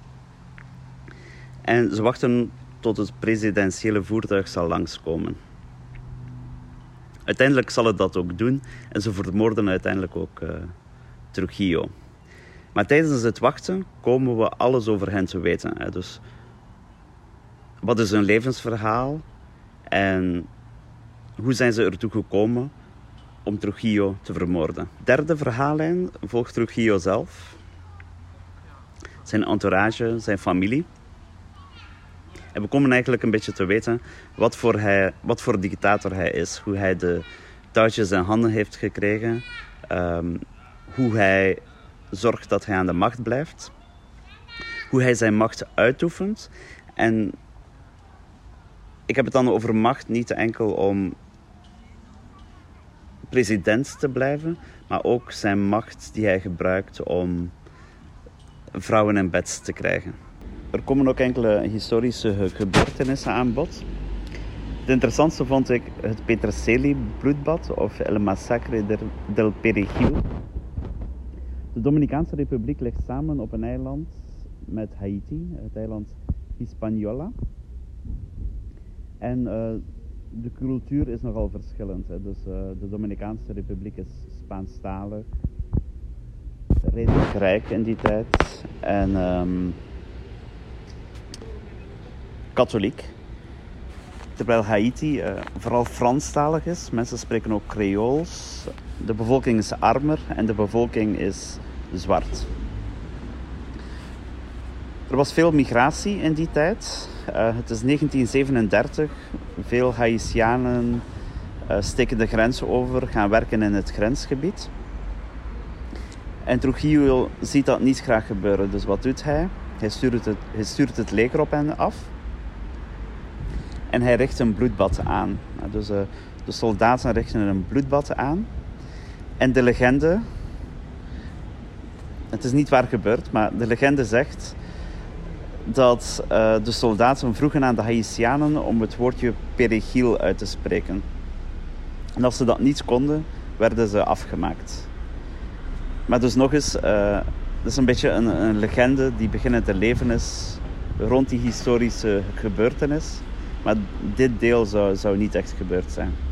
En ze wachten tot het presidentiële voertuig zal langskomen. Uiteindelijk zal het dat ook doen en ze vermoorden uiteindelijk ook Trujillo. Maar tijdens het wachten komen we alles over hen te weten. Hè. Dus wat is hun levensverhaal en hoe zijn ze ertoe gekomen om Trujillo te vermoorden. De derde verhaallijn volgt Trujillo zelf, zijn entourage, zijn familie. En we komen eigenlijk een beetje te weten wat voor dictator hij is, hoe hij de touwtjes in handen heeft gekregen, hoe hij zorgt dat hij aan de macht blijft, hoe hij zijn macht uitoefent. En ik heb het dan over macht niet enkel om president te blijven, maar ook zijn macht die hij gebruikt om vrouwen in bed te krijgen. Er komen ook enkele historische gebeurtenissen aan bod. Het interessantste vond ik het Petrocelli-bloedbad of El Massacre del Perejil. De Dominicaanse Republiek ligt samen op een eiland met Haiti, het eiland Hispaniola. En de cultuur is nogal verschillend. Hè. Dus de Dominicaanse Republiek is Spaanstalig, redelijk rijk in die tijd en katholiek. Terwijl Haiti vooral Franstalig is. Mensen spreken ook Creools. De bevolking is armer en de bevolking is zwart. Er was veel migratie in die tijd. Het is 1937. Veel Haitianen steken de grens over, gaan werken in het grensgebied. En Trujillo ziet dat niet graag gebeuren. Dus wat doet hij? Hij stuurt het leger op hen af. En hij richt een bloedbad aan. Dus de soldaten richten een bloedbad aan. En de legende... Het is niet waar gebeurd, maar de legende zegt dat de soldaten vroegen aan de Haitianen om het woordje perejil uit te spreken. En als ze dat niet konden, werden ze afgemaakt. Maar dus nog eens, dat is een beetje een legende die beginnen te leven is rond die historische gebeurtenis. Maar dit deel zou niet echt gebeurd zijn.